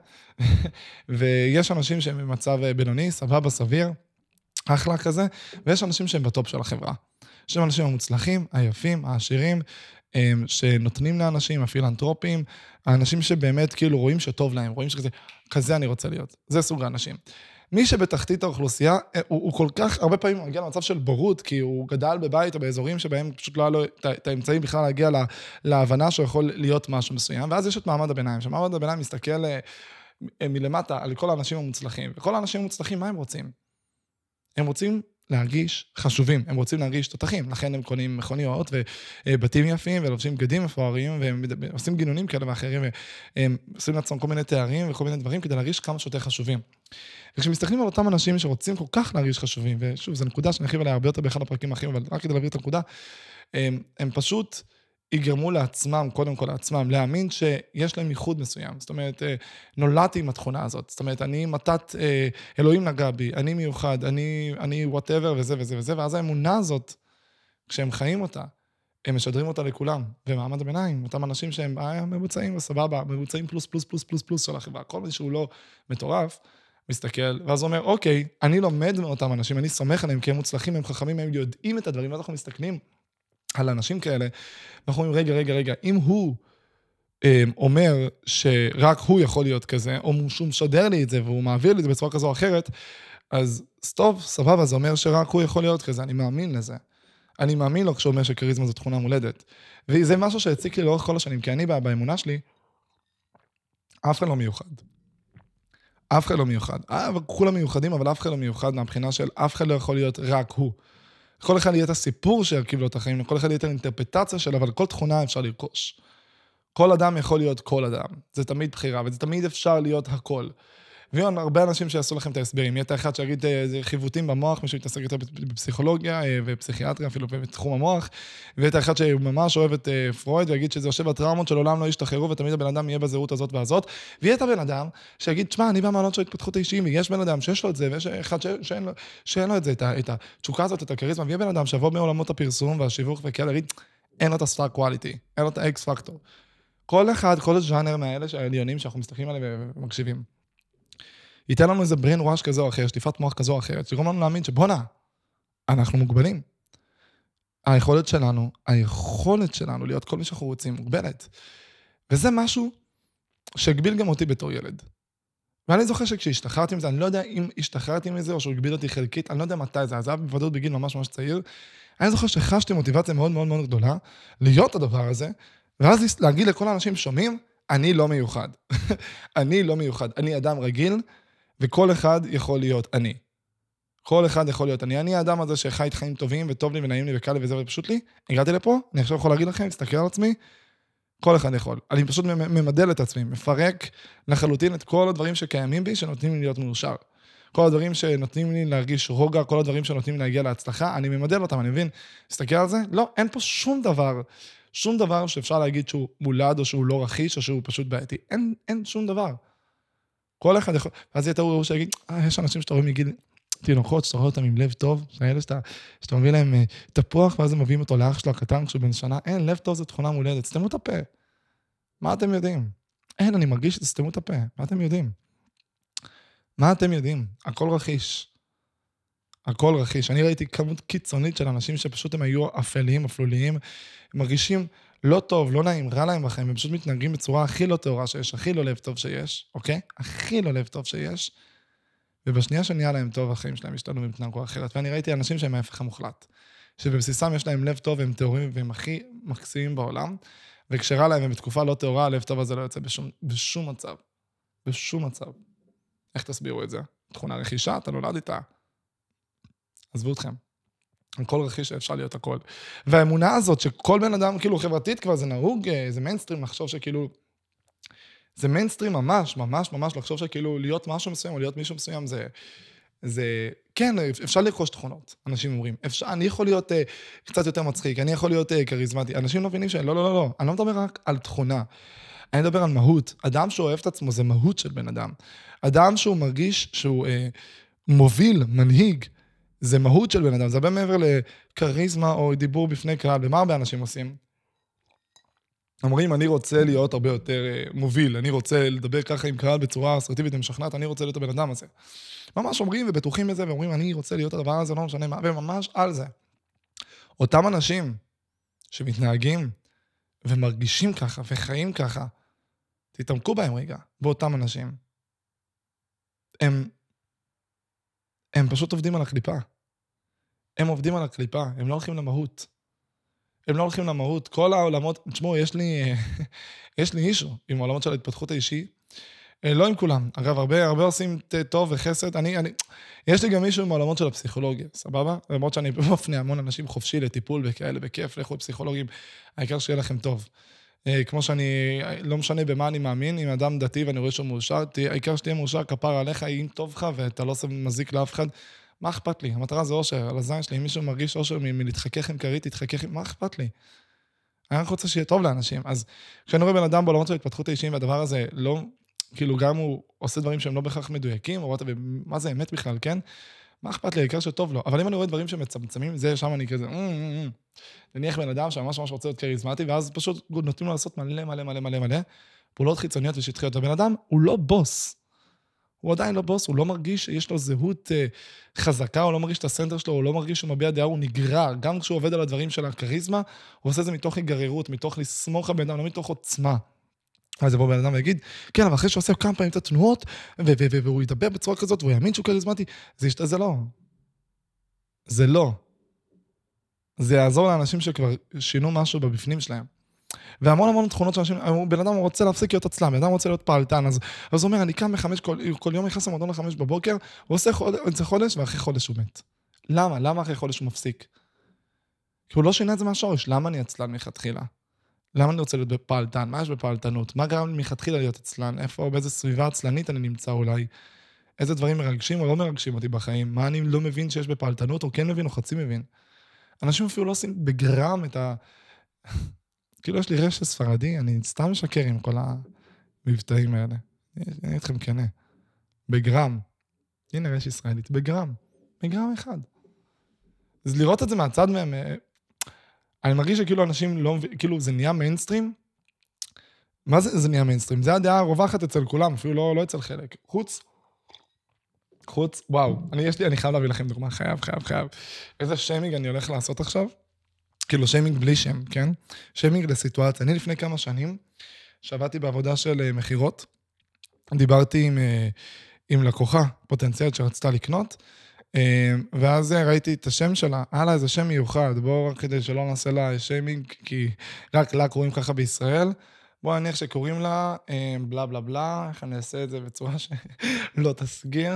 ויש אנשים שהם במצב בינוני, סבבה, סביר, אחלה כזה, ויש אנשים שהם בטופ של החברה. יש אנשים המוצלחים, היפים, העשירים, שנותנים לאנשים, הפילנטרופים, האנשים שבאמת כאילו רואים שטוב להם, רואים שכזה, כזה אני רוצה להיות. זה סוג האנשים. מי שבתחתית האוכלוסייה, הוא, הוא כל כך, הרבה פעמים מגיע למצב של בורות, כי הוא גדל בבית או באזורים שבהם פשוט לא היה לו את האמצעים בכלל להגיע לה, להבנה שהוא יכול להיות משהו מסוים, ואז יש את מעמד הביניים, שמעמד הביניים מסתכל מלמטה על כל האנשים המוצלחים, וכל האנשים המוצלחים, מה הם רוצים? הם רוצים להרגיש חשובים, הם רוצים להרגיש תותחים, לכן הם קונים מכוניות ובתים יפים, ולובשים בגדים מפוארים, והם עושים גינונים כאלה ואחרים, והם עושים לעצמם כל מיני תארים וכל מיני דברים, כדי להרגיש כמה שיותר חשובים. וכשמסתכלים על אותם אנשים שרוצים כל כך להרגיש חשובים, ושוב, זו נקודה שאני ארחיב עליה הרבה יותר באחד הפרקים האחרים, אבל רק כדי להעביר את הנקודה, הם, הם פשוט יגרמו לעצמם, קודם כל לעצמם, להאמין שיש להם ייחוד מסוים. זאת אומרת, נולדתי עם התכונה הזאת. זאת אומרת, אני מתת, אלוהים נגע בי, אני מיוחד, אני, אני whatever וזה וזה וזה, ואז האמונה הזאת, כשהם חיים אותה, הם משדרים אותה לכולם, ומעמד הביניים, אותם אנשים שהם מבוצעים וסבבה, מבוצעים פלוס פלוס פלוס פלוס פלוס של החברה, כל מי שהוא לא מטורף, מסתכל, ואז הוא אומר, אוקיי, אני לומד מאותם אנשים, אני סומך עליהם, כי הם מוצלחים, הם חכמים, הם יודעים את הדברים, ואז אנחנו מסתכלים על אנשים כאלה, אנחנו אומרים, רגע, רגע, רגע, אם הוא אה, אומר שרק הוא יכול להיות כזה, או שהוא משדר לי את זה, והוא מעביר לי את זה בצורה כזו או אחרת, אז סטוב, סבבה, זה אומר שרק הוא יכול להיות כזה, אני מאמין לזה. אני מאמין לו כשאומר שקריזמה זו תכונה מולדת. וזה משהו שהציק לי לאורך כל השנים, כי אני באמונה שלי, אף אחד לא מיוחד. אף אחד לא מיוחד. אה, כולם מיוחדים, אבל אף אחד לא מיוחד מהבחינה של אף אחד לא יכול להיות רק הוא. כל אחד יהיה את הסיפור שירכיב לו את החיים, כל אחד יהיה את האינטרפטציה שלו, אבל כל תכונה אפשר לרכוש. כל אדם יכול להיות כל אדם. זה תמיד בחירה, וזה תמיד אפשר להיות הכל. ויש הרבה אנשים שיעשו לכם את ההסברים. יהיה את האחד שיגיד, זה חיווטים במוח, מישהו יתעסק יותר בפסיכולוגיה ופסיכיאטריה, אפילו בתחום המוח, ויהיה את האחד שממש אוהב את פרויד, ויגיד שזה יושב בטראומות של עולם לא ישתחררו, ותמיד הבן אדם יהיה בזהות הזאת והזאת, ויהיה את הבן אדם שיגיד, תשמע, אני במעלות של התפתחות האישיים, ויש בן אדם שיש לו את זה, ויש אחד שאין לו, שאין לו את זה, את התשוקה הזאת, את הכריזמה, ויהיה בן אדם שיבוא מעולמות הפרסום והשיווק וכאלה, יגיד, אין לו את הסטאר קואליטי, אין לו את האקס פקטור. כל אחד, כל ז'אנר מהאלה העליונים שאנחנו מסתכלים עליהם ומקשיבים. ייתן לנו איזה brain wash כזה או אחר, שטיפת מוח כזו או אחרת, שגורם לנו להאמין שבונה, אנחנו מוגבלים. היכולת שלנו, היכולת שלנו להיות כל מי שאנחנו רוצים, מוגבלת. וזה משהו שהגביל גם אותי בתור ילד. ואני זוכר שכשהשתחררתי מזה, אני לא יודע אם השתחררתי מזה או שהוא הגביל אותי חלקית, אני לא יודע מתי זה, זה היה בוודאות בגיל ממש ממש צעיר. אני זוכר שחשתי מוטיבציה מאוד מאוד מאוד גדולה, להיות הדבר הזה, ואז להגיד לכל האנשים שומעים, אני לא מיוחד. אני לא מיוחד. אני אדם רגיל, וכל אחד יכול להיות אני. כל אחד יכול להיות אני. אני האדם הזה שחי את חיים טובים, וטוב לי ונעים לי וקל לי וזה ופשוט לי. הגעתי לפה, אני עכשיו יכול להגיד לכם, תסתכל על עצמי, כל אחד יכול. אני פשוט ממדל את עצמי, מפרק לחלוטין את כל הדברים שקיימים בי, שנותנים לי להיות מאושר. כל הדברים שנותנים לי להרגיש רוגע, כל הדברים שנותנים לי להגיע להצלחה, אני ממדל אותם, אני מבין. תסתכל על זה? לא, אין פה שום דבר, שום דבר שאפשר להגיד שהוא מולד, או שהוא לא רכיש, או שהוא פשוט בעייתי. אין, אין שום דבר. כל אחד יכול, ואז יהיה תראו שיגיד, אה, יש אנשים שאתה רואה מגיל תינוקות, שאתה רואה אותם עם לב טוב, שאלה שאתה, שאתה מביא להם תפוח, ואז הם מביאים אותו לאח שלו הקטן, כשהוא בן שנה, אין, לב טוב זה תכונה מולדת, סתמו את הפה. מה אתם יודעים? אין, אני מרגיש שתסתמו את הפה, מה אתם יודעים? מה אתם יודעים? הכל רכיש. הכל רכיש. אני ראיתי כמות קיצונית של אנשים שפשוט הם היו אפלים, אפלוליים, הם מרגישים לא טוב, לא נעים, רע להם בחיים, הם פשוט מתנהגים בצורה הכי לא טהורה שיש, הכי לא לב טוב שיש, אוקיי? הכי לא לב טוב שיש, ובשנייה שנהיה להם טוב, החיים שלהם השתנו ומתנהגו אחרת, ואני ראיתי אנשים שהם ההפך המוחלט, שבבסיסם יש להם לב טוב, והם טהורים, והם הכי מקסימים בעולם, וכשרע להם, הם בתקופה לא טהורה, הלב טוב הזה לא יוצא בשום, בשום מצב. בשום מצב. איך תסבירו את זה? תכונה רכישה, אתה נולד איתה. עזבו אתכם. כל רכיש אפשר להיות הכל. והאמונה הזאת שכל בן אדם, כאילו חברתית כבר זה נהוג, זה מיינסטרים לחשוב שכאילו, זה מיינסטרים ממש, ממש, ממש, לחשוב שכאילו להיות משהו מסוים או להיות מישהו מסוים זה, זה, כן, אפשר לרכוש תכונות, אנשים אומרים. אפשר, אני יכול להיות uh, קצת יותר מצחיק, אני יכול להיות uh, כריזמטי. אנשים לא מבינים ש... לא, לא, לא, לא. אני לא מדבר רק על תכונה. אני מדבר על מהות. אדם שאוהב את עצמו זה מהות של בן אדם. אדם שהוא מרגיש שהוא uh, מוביל, מנהיג, זה מהות של בן אדם. זה הרבה מעבר לקריזמה או דיבור בפני קהל. ומה הרבה אנשים עושים? אומרים, אני רוצה להיות הרבה יותר uh, מוביל, אני רוצה לדבר ככה עם קהל בצורה אסרטיבית ומשכנעת, אני רוצה להיות הבן אדם הזה. ממש אומרים ובטוחים בזה, ואומרים, אני רוצה להיות הדבר הזה, לא משנה מה, וממש על זה. אותם אנשים שמתנהגים ומרגישים ככה וחיים ככה, תתעמקו בהם רגע, באותם אנשים. הם, הם פשוט עובדים על הקליפה. הם עובדים על הקליפה, הם לא הולכים למהות. הם לא הולכים למהות. כל העולמות, תשמעו, יש לי, יש לי אישו עם העולמות של ההתפתחות האישי, לא עם כולם. אגב, הרבה, הרבה עושים טוב וחסד. אני, אני, יש לי גם מישהו עם העולמות של הפסיכולוגיה, סבבה? למרות שאני מפנה המון אנשים חופשי לטיפול וכאלה, בכיף, לכו לפסיכולוגים, העיקר שיהיה לכם טוב. כמו שאני, לא משנה במה אני מאמין, אם אדם דתי ואני רואה שהוא מאושר, העיקר שתהיה מאושר, כפר עליך, אם טוב לך ואתה לא עושה מזיק לאף אחד, מה אכפת לי? המטרה זה אושר, על הזין שלי, אם מישהו מרגיש אושר מלהתחכך עם כרית, תתחכך עם, מה אכפת לי? אני רק רוצה שיהיה טוב לאנשים. אז כשאני רואה בן אדם בעולמות של התפתחות האישיים, והדבר הזה לא, כאילו גם הוא עושה דברים שהם לא בהכרח מדויקים, או מה זה אמת בכלל, כן? מה אכפת לי? העיקר שטוב לו. אבל אם אני רואה דברים שמצמצמים, זה שם אני כזה, נניח בן אדם שממש ממש רוצה להיות כריזמטי, ואז פשוט נותנים לו לעשות מלא מלא מלא מלא מלא, פעולות חיצוניות ושטחיות. הבן אדם הוא לא בוס. הוא עדיין לא בוס, הוא לא מרגיש שיש לו זהות חזקה, הוא לא מרגיש את הסנטר שלו, הוא לא מרגיש שהוא מביע דעה, הוא נגרר. גם כשהוא עובד על הדברים של הכריזמה, הוא עושה את זה מתוך היגררות, מתוך לסמוך על בן אדם, לא מתוך עוצמה. אז יבוא בן אדם ויגיד, כן, אבל אחרי שהוא עושה כמה פעמים את התנועות, והוא ידבר בצורה כזאת, והוא יאמין שהוא כריזמטי, זה לא. זה לא. זה יעזור לאנשים שכבר שינו משהו בבפנים שלהם. והמון המון תכונות שאנשים, בן אדם רוצה להפסיק להיות עצלם, בן אדם רוצה להיות פעלתן, אז, אז הוא אומר, אני קם בחמש, כל, כל יום נכנס למועדון לחמש בבוקר, הוא עושה חודש, חודש, ואחרי חודש הוא מת. למה? למה אחרי חודש הוא מפסיק? כי הוא לא שינה את זה מהשורש. למה אני עצלן מלכתחילה? למה אני רוצה להיות בפעלתן? מה יש בפעלתנות? מה גרם לי מלכתחילה להיות עצלן? איפה, באיזה סביבה עצלנית אני נמצא אולי? איזה דברים מרגשים או לא מרגשים אותי בחיים? מה אני לא מבין שיש בפעלתנות, או כן מבין או חצי מבין? אנשים אפילו לא עושים בגרם את ה... כאילו יש לי רשת ספרדי, אני סתם משקר עם כל המבטאים האלה. אני אגיד אתכם כנה. בגרם. הנה רשת ישראלית. בגרם. בגרם אחד. אז לראות את זה מהצד מהם, אני מרגיש שכאילו אנשים לא, כאילו זה נהיה מיינסטרים. מה זה, זה נהיה מיינסטרים? זה הדעה הרווחת אצל כולם, אפילו לא, לא אצל חלק. חוץ, חוץ, וואו. אני, יש לי, אני חייב להביא לכם דוגמה. חייב, חייב, חייב. איזה שיימינג אני הולך לעשות עכשיו? כאילו שיימינג בלי שם, כן? שיימינג לסיטואציה. אני לפני כמה שנים, שעבדתי בעבודה של מחירות, דיברתי עם, עם לקוחה פוטנציאלית שרצתה לקנות, ואז ראיתי את השם שלה, היה לה איזה שם מיוחד, בואו רק כדי שלא נעשה לה שיימינג, כי רק לה קוראים ככה בישראל, בואו נניח שקוראים לה, בלה בלה בלה, איך אני אעשה את זה בצורה שלא תסגיר.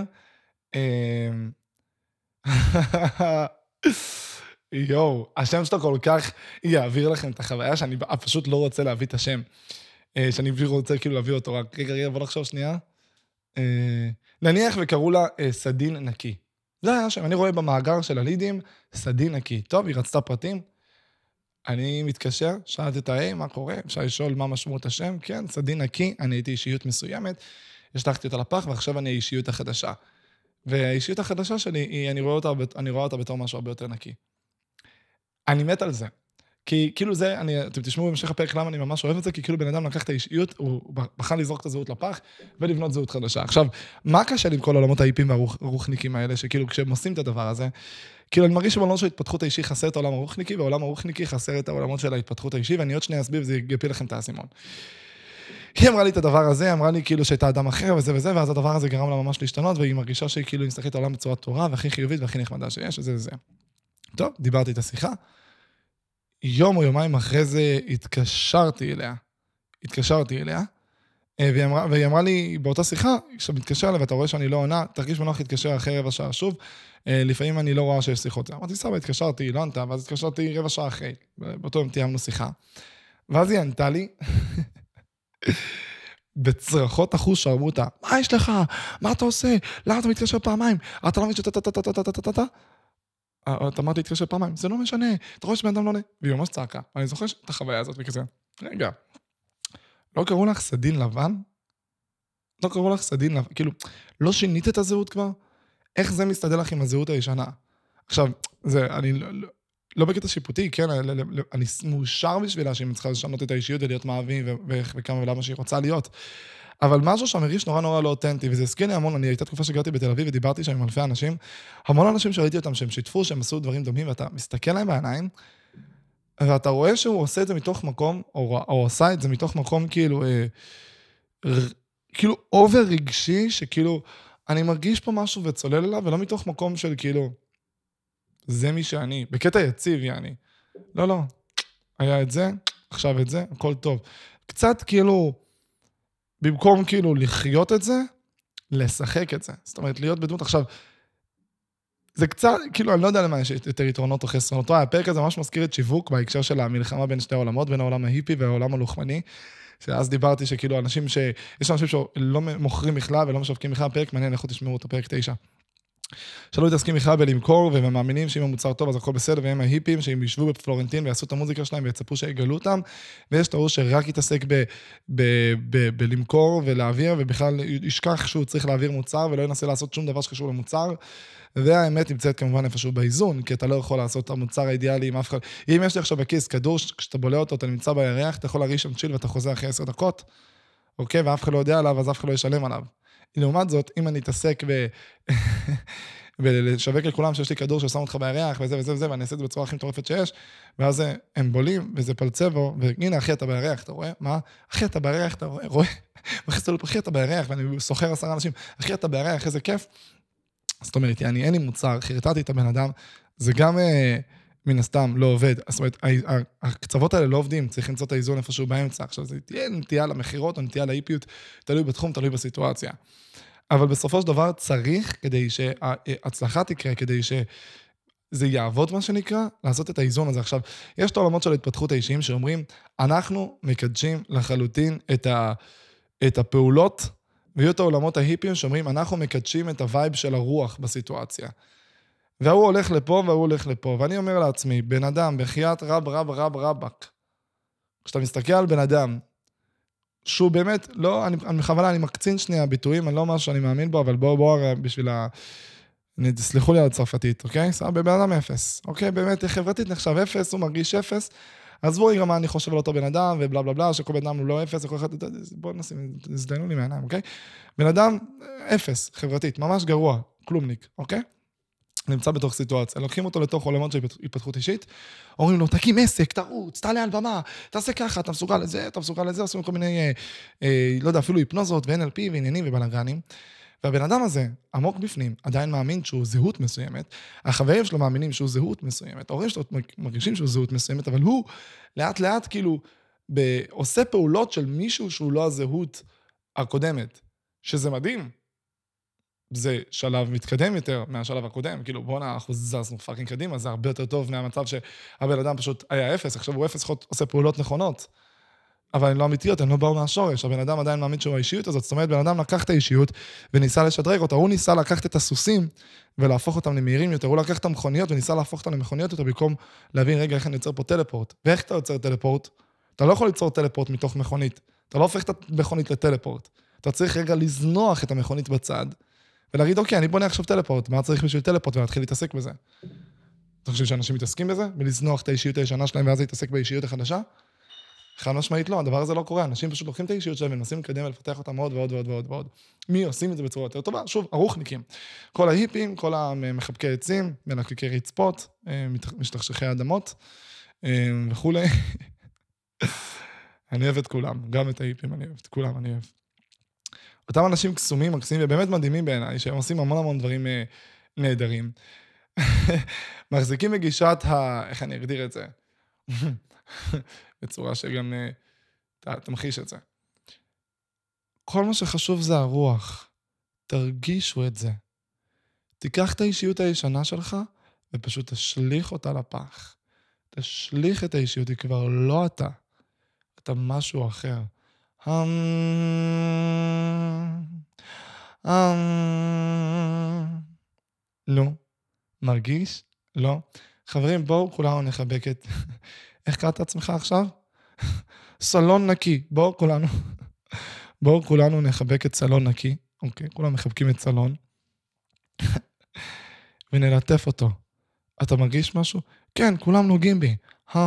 יואו, השם שלו כל כך יעביר לכם את החוויה, שאני פשוט לא רוצה להביא את השם, שאני רוצה כאילו להביא אותו רק, רגע, רגע, בוא נחשוב שנייה. נניח וקראו לה סדין נקי. זה היה שם, אני רואה במאגר של הלידים, סדין נקי. טוב, היא רצתה פרטים. אני מתקשר, שאלתי אותה, היי, מה קורה? אפשר לשאול מה משמעות השם? כן, סדין נקי, אני הייתי אישיות מסוימת, השלחתי אותה לפח, ועכשיו אני האישיות החדשה. והאישיות החדשה שלי, היא, אני רואה אותה, אני רואה אותה בתור משהו הרבה יותר נקי. אני מת על זה. כי כאילו זה, אני, אתם תשמעו במשך הפרק למה אני ממש אוהב את זה, כי כאילו בן אדם לקח את האישיות, הוא בחר לזרוק את הזהות לפח, ולבנות זהות חדשה. עכשיו, מה קשה לי עם כל העולמות האיפים והרוחניקים האלה, שכאילו כשהם עושים את הדבר הזה, כאילו אני מרגיש שבעולמות של ההתפתחות האישי חסר את העולם הרוחניקי, והעולם הרוחניקי חסר את העולמות של ההתפתחות האישי, ואני עוד שנייה אסביר וזה יגפיל לכם את האסימון. היא אמרה לי את הדבר הזה, אמרה לי כאילו שהייתה אדם אחר וזה וזה, ואז הדבר הזה גרם לה ממש להשתנות, והיא מרגישה שהיא כאילו מסתכלת את העולם בצורה טובה, והכי חיובית והכי נחמדה שיש, וזה וזה. טוב, דיברתי את השיחה. יום או יומיים אחרי זה התקשרתי אליה. התקשרתי אליה, והיא אמרה, והיא אמרה לי באותה שיחה, כשאתה מתקשר אליה ואתה רואה שאני לא עונה, תרגיש בנוח להתקשר אחרי רבע שעה שוב, לפעמים אני לא רואה שיש שיחות. אמרתי, סבא, התקשרתי, לא ענתה, ואז התקשרתי רבע שעה אחרי. באותו יום תיאמנו שיחה. ואז היא ענתה לי, בצרחות אחוז שרמוטה, מה יש לך? מה אתה עושה? למה אתה מתקשר פעמיים? אתה לא מבין שאתה, אתה, אתה, אתה, אתה, אתה, אתה, אתה אמרת להתקשר פעמיים, זה לא משנה, אתה רואה שבן אדם לא עונה, והיא ממש צעקה, אני זוכר את החוויה הזאת וכזה, רגע, לא קראו לך סדין לבן? לא קראו לך סדין לבן, כאילו, לא שינית את הזהות כבר? איך זה מסתדר לך עם הזהות הישנה? עכשיו, זה, אני לא, לא, לא בקטע שיפוטי, כן, אני מאושר בשבילה שהיא צריכה לשנות את האישיות ולהיות מאהבים ואיך וכמה ולמה שהיא רוצה להיות. אבל משהו שם מרגיש נורא נורא לא אותנטי, וזה הזכיר לי המון, אני הייתה תקופה שגרתי בתל אביב ודיברתי שם עם אלפי אנשים, המון אנשים שראיתי אותם שהם שיתפו, שהם עשו דברים דומים, ואתה מסתכל להם בעיניים, ואתה רואה שהוא עושה את זה מתוך מקום, או, או עושה את זה מתוך מקום כאילו, אה, ר, כאילו אובר רגשי, שכאילו, אני מרגיש פה משהו וצולל אליו, ולא מתוך מקום של כאילו, זה מי שאני, בקטע יציב יעני. לא, לא, היה את זה, עכשיו את זה, הכל טוב. קצת כאילו, במקום כאילו לחיות את זה, לשחק את זה. זאת אומרת, להיות בדמות עכשיו, זה קצת, כאילו, אני לא יודע למה יש יותר יתרונות או חסרונות. הפרק הזה ממש מזכיר את שיווק בהקשר של המלחמה בין שתי העולמות, בין העולם ההיפי והעולם הלוחמני, שאז דיברתי שכאילו אנשים ש... יש אנשים שלא מוכרים בכלל ולא משווקים בכלל, פרק מעניין, לכו תשמעו אותו, פרק תשע. שלא מתעסקים בכלל בלמכור, והם מאמינים שאם המוצר טוב אז הכל בסדר, והם ההיפים שהם ישבו בפלורנטין ויעשו את המוזיקה שלהם ויצפו שיגלו אותם, ויש תראו שרק יתעסק ב- ב- ב- בלמכור ולהעביר, ובכלל ישכח שהוא צריך להעביר מוצר, ולא ינסה לעשות שום דבר שקשור למוצר, והאמת נמצאת כמובן איפשהו באיזון, כי אתה לא יכול לעשות את המוצר האידיאלי עם אף אחד. אם יש לי עכשיו בכיס כדור, כשאתה בולע אותו, אתה נמצא בירח, אתה יכול להריש שם צ'יל ואתה חוזר אחרי עשר דקות, אוקיי? ואף אחד לא יודע עליו, אז אף אחד לא ישלם עליו. לעומת זאת, אם אני אתעסק ב... ולשווק לכולם שיש לי כדור ששם אותך בירח, וזה וזה וזה, ואני אעשה את זה בצורה הכי מטורפת שיש, ואז הם בולים, וזה פלצבו, והנה, אחי, אתה בירח, אתה רואה? מה? אחי, אתה בירח, אתה רואה? רואה? מכניס לו, אחי, אתה בירח, ואני סוחר עשרה אנשים, אחי, אתה בירח, איזה כיף. זאת אומרת, אני, אין לי מוצר, חירטתי את הבן אדם, זה גם מן הסתם לא עובד. זאת אומרת, הקצוות האלה לא עובדים, צריך למצוא את האיזון איפשהו באמצע. עכשיו, זה תהיה נטייה למחירות, או נטייה לאיפיות, תלוי בתחום, תלוי בסיטואציה. אבל בסופו של דבר צריך, כדי שההצלחה תקרה, כדי שזה יעבוד מה שנקרא, לעשות את האיזון הזה. עכשיו, יש את העולמות של ההתפתחות האישיים שאומרים, אנחנו מקדשים לחלוטין את, ה, את הפעולות, ויהיו את העולמות ההיפיים שאומרים, אנחנו מקדשים את הווייב של הרוח בסיטואציה. והוא הולך לפה והוא הולך לפה. ואני אומר לעצמי, בן אדם, בחיית רב רב רב רבק, כשאתה מסתכל על בן אדם, שהוא באמת, לא, אני, אני בכוונה, אני מקצין שנייה ביטויים, אני לא אומר שאני מאמין בו, אבל בואו, בואו, בשביל ה... סליחו לי על הצרפתית, אוקיי? סבבה, בן אדם אפס, אוקיי? באמת, חברתית נחשב אפס, הוא מרגיש אפס, אז בואו נראה מה אני חושב על אותו בן אדם, ובלה בלה בלה, שכל בן אדם הוא לא אפס, בואו נשים, הזדיינו לי מעיניים, אוקיי? בן אדם אפס, חברתית, ממש גרוע, כלומניק, אוקיי? נמצא בתוך סיטואציה, לוקחים אותו לתוך עולמות של התפתחות אישית, אומרים לו, תקים עסק, תרוץ, תעלה על במה, תעשה ככה, אתה מסוגל לזה, אתה מסוגל לזה, עושים כל מיני, אה, אה, לא יודע, אפילו היפנוזות ו-אן אל פי ועניינים ובלגנים, והבן אדם הזה, עמוק בפנים, עדיין מאמין שהוא זהות מסוימת, החברים שלו מאמינים שהוא זהות מסוימת, ההורים שלו מרגישים שהוא זהות מסוימת, אבל הוא לאט לאט כאילו, עושה פעולות של מישהו שהוא לא הזהות הקודמת, שזה מדהים. זה שלב מתקדם יותר מהשלב הקודם, כאילו בוא נע, אנחנו זזנו פאקינג קדימה, זה הרבה יותר טוב מהמצב שהבן אדם פשוט היה אפס, עכשיו הוא אפס עושה פעולות נכונות, אבל הן לא אמיתיות, הן לא באו מהשורש, הבן אדם עדיין מאמין שהוא האישיות הזאת, זאת אומרת, בן אדם לקח את האישיות וניסה לשדרג אותה, הוא ניסה לקחת את הסוסים ולהפוך אותם למהירים יותר, הוא לקח את המכוניות וניסה להפוך אותם למכוניות יותר, במקום להבין רגע איך אני יוצר פה טלפורט, ואיך אתה יוצר טלפורט? אתה לא יכול ליצור טלפורט מתוך מכונית, אתה לא הופך את המכונית לטלפורט, אתה צריך רגע לזנוח את המכונית בצד, ולהגיד, אוקיי, אני בונה עכשיו טלפורט, מה צריך בשביל טלפורט, ולהתחיל להתעסק בזה. אתה חושב שאנשים מתעסקים בזה? ולזנוח את האישיות הישנה שלהם, ואז להתעסק באישיות החדשה? חד משמעית לא, הדבר הזה לא קורה, אנשים פשוט לוקחים את האישיות שלהם, ומנסים לקדם ולפתח אותם עוד ועוד ועוד ועוד ועוד. מי עושים את זה בצורה יותר טובה? שוב, הרוחניקים. כל ההיפים, כל המחבקי עצים, מלקקי רצפות, משתכשכי אדמות, וכו'. אני אוהב את כולם, גם את ההיפים, אני אוהב את כולם, אני אוהב. אותם אנשים קסומים, מקסימים, ובאמת מדהימים בעיניי, שהם עושים המון המון דברים אה, נהדרים. מחזיקים בגישת ה... איך אני אגדיר את זה? בצורה שגם אה, תמחיש את זה. כל מה שחשוב זה הרוח. תרגישו את זה. תיקח את האישיות הישנה שלך, ופשוט תשליך אותה לפח. תשליך את האישיות, היא כבר לא אתה. אתה משהו אחר. נו, מרגיש? לא. חברים, בואו כולנו נחבק את... איך קראת עצמך עכשיו? סלון נקי. בואו כולנו... בואו כולנו נחבק את סלון נקי. אוקיי, כולם מחבקים את סלון. ונלטף אותו. אתה מרגיש משהו? כן, כולם נוגעים בי.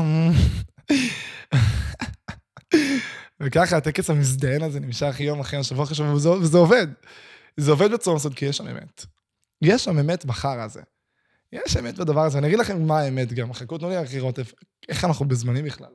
וככה הטקס המזדיין הזה נמשך יום אחרי השבוע אחרי שבוע, וזה, וזה עובד. זה עובד בצורה מסוימת, כי יש שם אמת. יש שם אמת בחר הזה. יש אמת בדבר הזה. אני אגיד לכם מה האמת גם. חכו, תנו לי רק לראות איך אנחנו בזמנים בכלל.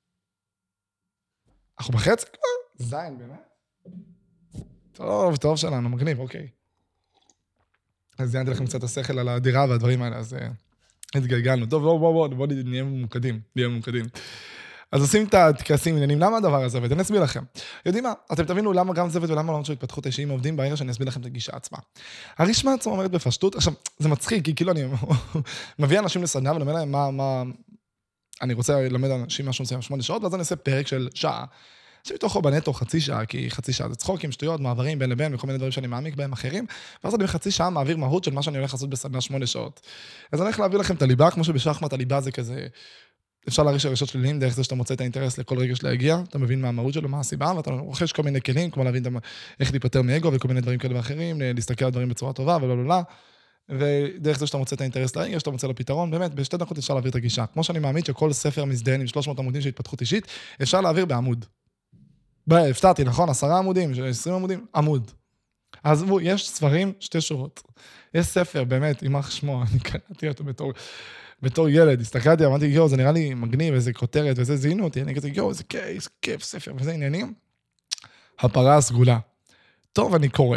אנחנו בחצי כבר? זין, באמת? טוב, טוב שלנו, מגניב, אוקיי. אז זיינתי לכם קצת השכל על הדירה והדברים האלה, אז התגלגלנו. טוב, בואו, בואו, בואו, בואו נהיה ממוקדים, נהיה ממוקדים. אז עושים את הטקסים, עניינים, למה הדבר הזה עובד? אני אסביר לכם. יודעים מה? אתם תבינו למה גם צוות ולמה לא של התפתחות האישיים עובדים ברגע שאני אסביר לכם את הגישה עצמה. הרשמה עצמה אומרת בפשטות, עכשיו, זה מצחיק, כי כאילו אני מביא אנשים לסדנה ולומד להם מה, מה... אני רוצה ללמד אנשים משהו מסוים שמונה שעות, ואז אני אעשה פרק של שעה, שמתוכו בנטו חצי שעה, כי חצי שעה זה צחוקים, שטויות, מעברים בין לבין, וכל מיני דברים שאני מעמיק בהם אחרים, ואז אני בחצי שעה מעביר מהות של מה שאני הולך לעשות בסדנה שמונה שעות. אז אני הולך להביא לכם את הליבה, כמו שבשחמט הליבה זה כזה, אפשר להריש הרגשות שליליים, דרך זה שאתה מוצא את האינטרס לכל רגש להגיע, אתה מבין מה המהות שלו, מה הסיבה, ואתה רוכש כל מיני כלים, כמו להבין איך להיפטר מאגו וכל מיני דברים כאלה ואחרים, להסתכל על דברים בצורה טובה ולא, ודרך זה שאתה מוצא את האינטרס להגיע, שאתה מוצא לפתרון, באמת, בשתי דקות אפשר להעביר את הגישה. כמו שאני מאמין שכל ספר מזדיין עם שלוש מאות עמודים של התפתחות אישית, אפשר להעביר בעמוד. הפתעתי, נכון? עשרה עמודים, עשרים עמודים, עמוד. אז יש ספרים, שתי שורות. יש ספר, באמת, יימח שמו, אני קראתי אותו בתור, בתור ילד, הסתכלתי, אמרתי, יו, זה נראה לי מגניב, איזה כותרת, וזה זינו אותי, אני כזה, יו, איזה כיף, כיף, ספר, וזה עניינים. הפרה הסגולה. טוב, אני קורא.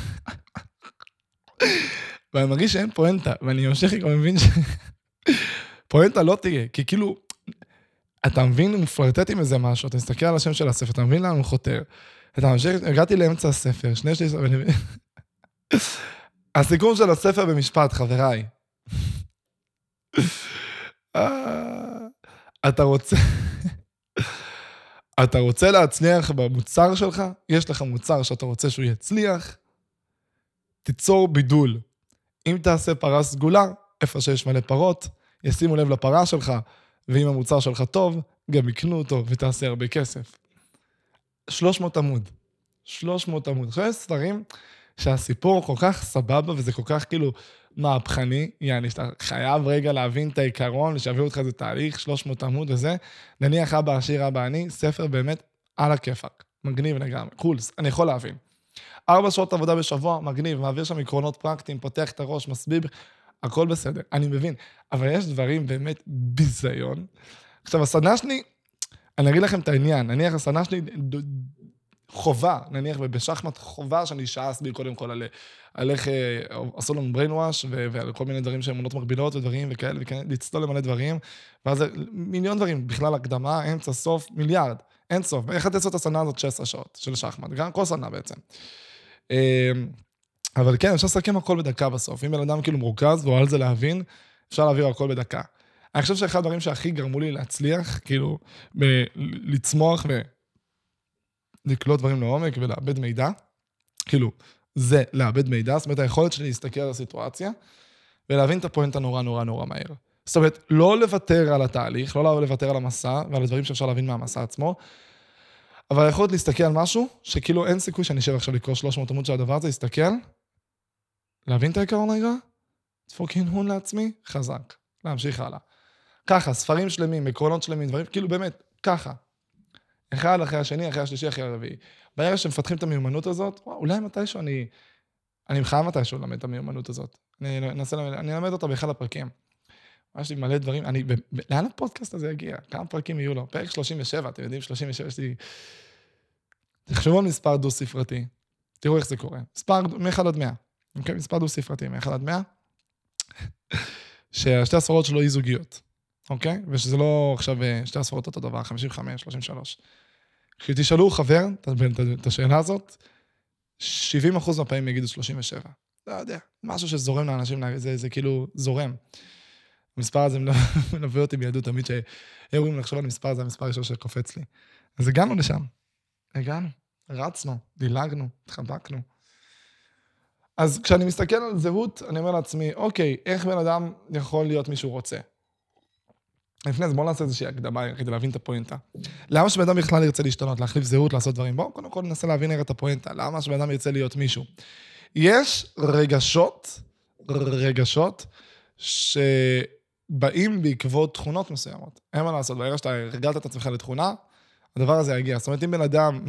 ואני מרגיש שאין פואנטה, ואני ממשיך גם מבין ש... פואנטה לא תהיה, כי כאילו, אתה מבין, מפלרטט עם איזה משהו, אתה מסתכל על השם של הספר, אתה מבין לאן הוא חותר, אתה ממשיך, הגעתי לאמצע הספר, שני שלי, ואני... הסיכום של הספר במשפט, חבריי. אתה רוצה... אתה רוצה להצליח במוצר שלך, יש לך מוצר שאתה רוצה שהוא יצליח, תיצור בידול. אם תעשה פרה סגולה, איפה שיש מלא פרות, ישימו לב לפרה שלך, ואם המוצר שלך טוב, גם יקנו אותו ותעשה הרבה כסף. שלוש מאות עמוד. שלוש מאות עמוד. עכשיו יש ספרים שהסיפור כל כך סבבה, וזה כל כך כאילו מהפכני, יעני, שאתה חייב רגע להבין את העיקרון, ושהביאו אותך איזה תהליך, שלוש מאות עמוד וזה, נניח אבא עשיר, אבא אני, ספר באמת על הכיפק. מגניב לגמרי. קולס, אני יכול להבין. ארבע שעות עבודה בשבוע, מגניב, מעביר שם עקרונות פרקטיים, פותח את הראש, מסביב, הכל בסדר, אני מבין. אבל יש דברים באמת ביזיון. עכשיו, הסדנה שלי, אני אגיד לכם את העניין, נניח הסדנה שלי חובה, נניח בשחמט חובה, שאני שעה אסביר קודם כל על, על איך עשו לנו brainwash, ועל כל מיני דברים שאמונות מגבילות ודברים וכאלה, וכאלה, לצלול למלא דברים, ואז מיליון דברים, בכלל הקדמה, אמצע, סוף, מיליארד, אין סוף. איך תעשו את הסדנה הזאת שש עשרה שעות של שחמט, גם כל סדנה בעצם. אבל כן, אפשר לסכם הכל בדקה בסוף. אם בן אדם כאילו מורכז והוא על זה להבין, אפשר להעביר הכל בדקה. אני חושב שאחד הדברים שהכי גרמו לי להצליח, כאילו, ב- לצמוח ולקלוט דברים לעומק ולאבד מידע, כאילו, זה לאבד מידע, זאת אומרת, היכולת שלי להסתכל על הסיטואציה, ולהבין את הפואנטה נורא נורא נורא מהר. זאת אומרת, לא לוותר על התהליך, לא לוותר על המסע, ועל הדברים שאפשר להבין מהמסע עצמו, אבל היכולת להסתכל על משהו, שכאילו אין סיכוי שאני אשב עכשיו לקרוא שלוש מאות עמוד של הדבר הזה, להסתכל, להבין את העיקרון רגע, דפוק הנהון לעצמי, חזק, להמשיך הלאה. ככה, ספרים שלמים, עקרונות שלמים, דברים, כאילו באמת, ככה. אחד אחרי השני, אחרי השלישי, אחרי הרביעי. ברגע שמפתחים את המיומנות הזאת, וואו, אולי מתישהו אני, אני מחייב מתישהו ללמד את המיומנות הזאת. אני אנסה ללמד, אני אלמד אותה באחד הפרקים. יש לי מלא דברים, אני, ב, ב, לאן הפודקאסט הזה יגיע? כמה פרקים יהיו לו? פרק שלושים ושבע, אתם יודעים, שלושים ושבע, יש לי... תחשבו על מספר דו-ספרתי. תראו איך זה קורה. מספר, מ-אחד עד מאה. אוקיי? מספר דו-ספרתי, מ-אחד עד מאה. שהשתי הספרות שלו היא זוגיות. אוקיי? ושזה לא עכשיו שתי הספרות אותו דבר, חמישים וחמש, שלושים ושלוש. כשתשאלו חבר, את השאלה הזאת, שבעים אחוז מהפעמים יגידו שלושים ושבע. לא יודע, משהו שזורם לאנשים, זה, זה כאילו זורם. המספר הזה מלווה אותי ביהדות, תמיד שאירועים לחשוב על המספר הזה, המספר ראשון שקופץ לי. אז הגענו לשם. הגענו, רצנו, דילגנו, התחבקנו. אז כשאני מסתכל על זהות, אני אומר לעצמי, אוקיי, איך בן אדם יכול להיות מי שהוא רוצה? לפני זה בואו נעשה איזושהי הקדמה כדי להבין את הפואנטה. למה שבן אדם בכלל ירצה להשתנות, להחליף זהות, לעשות דברים? בואו קודם כל ננסה להבין את הפואנטה. למה שבן אדם ירצה להיות מישהו? יש רגשות, רגשות, שבאים בעקבות תכונות מסוימות. אין מה לעשות, ברגע שאתה הרגלת את עצמך לתכונה, הדבר הזה יגיע. זאת אומרת, אם בן אדם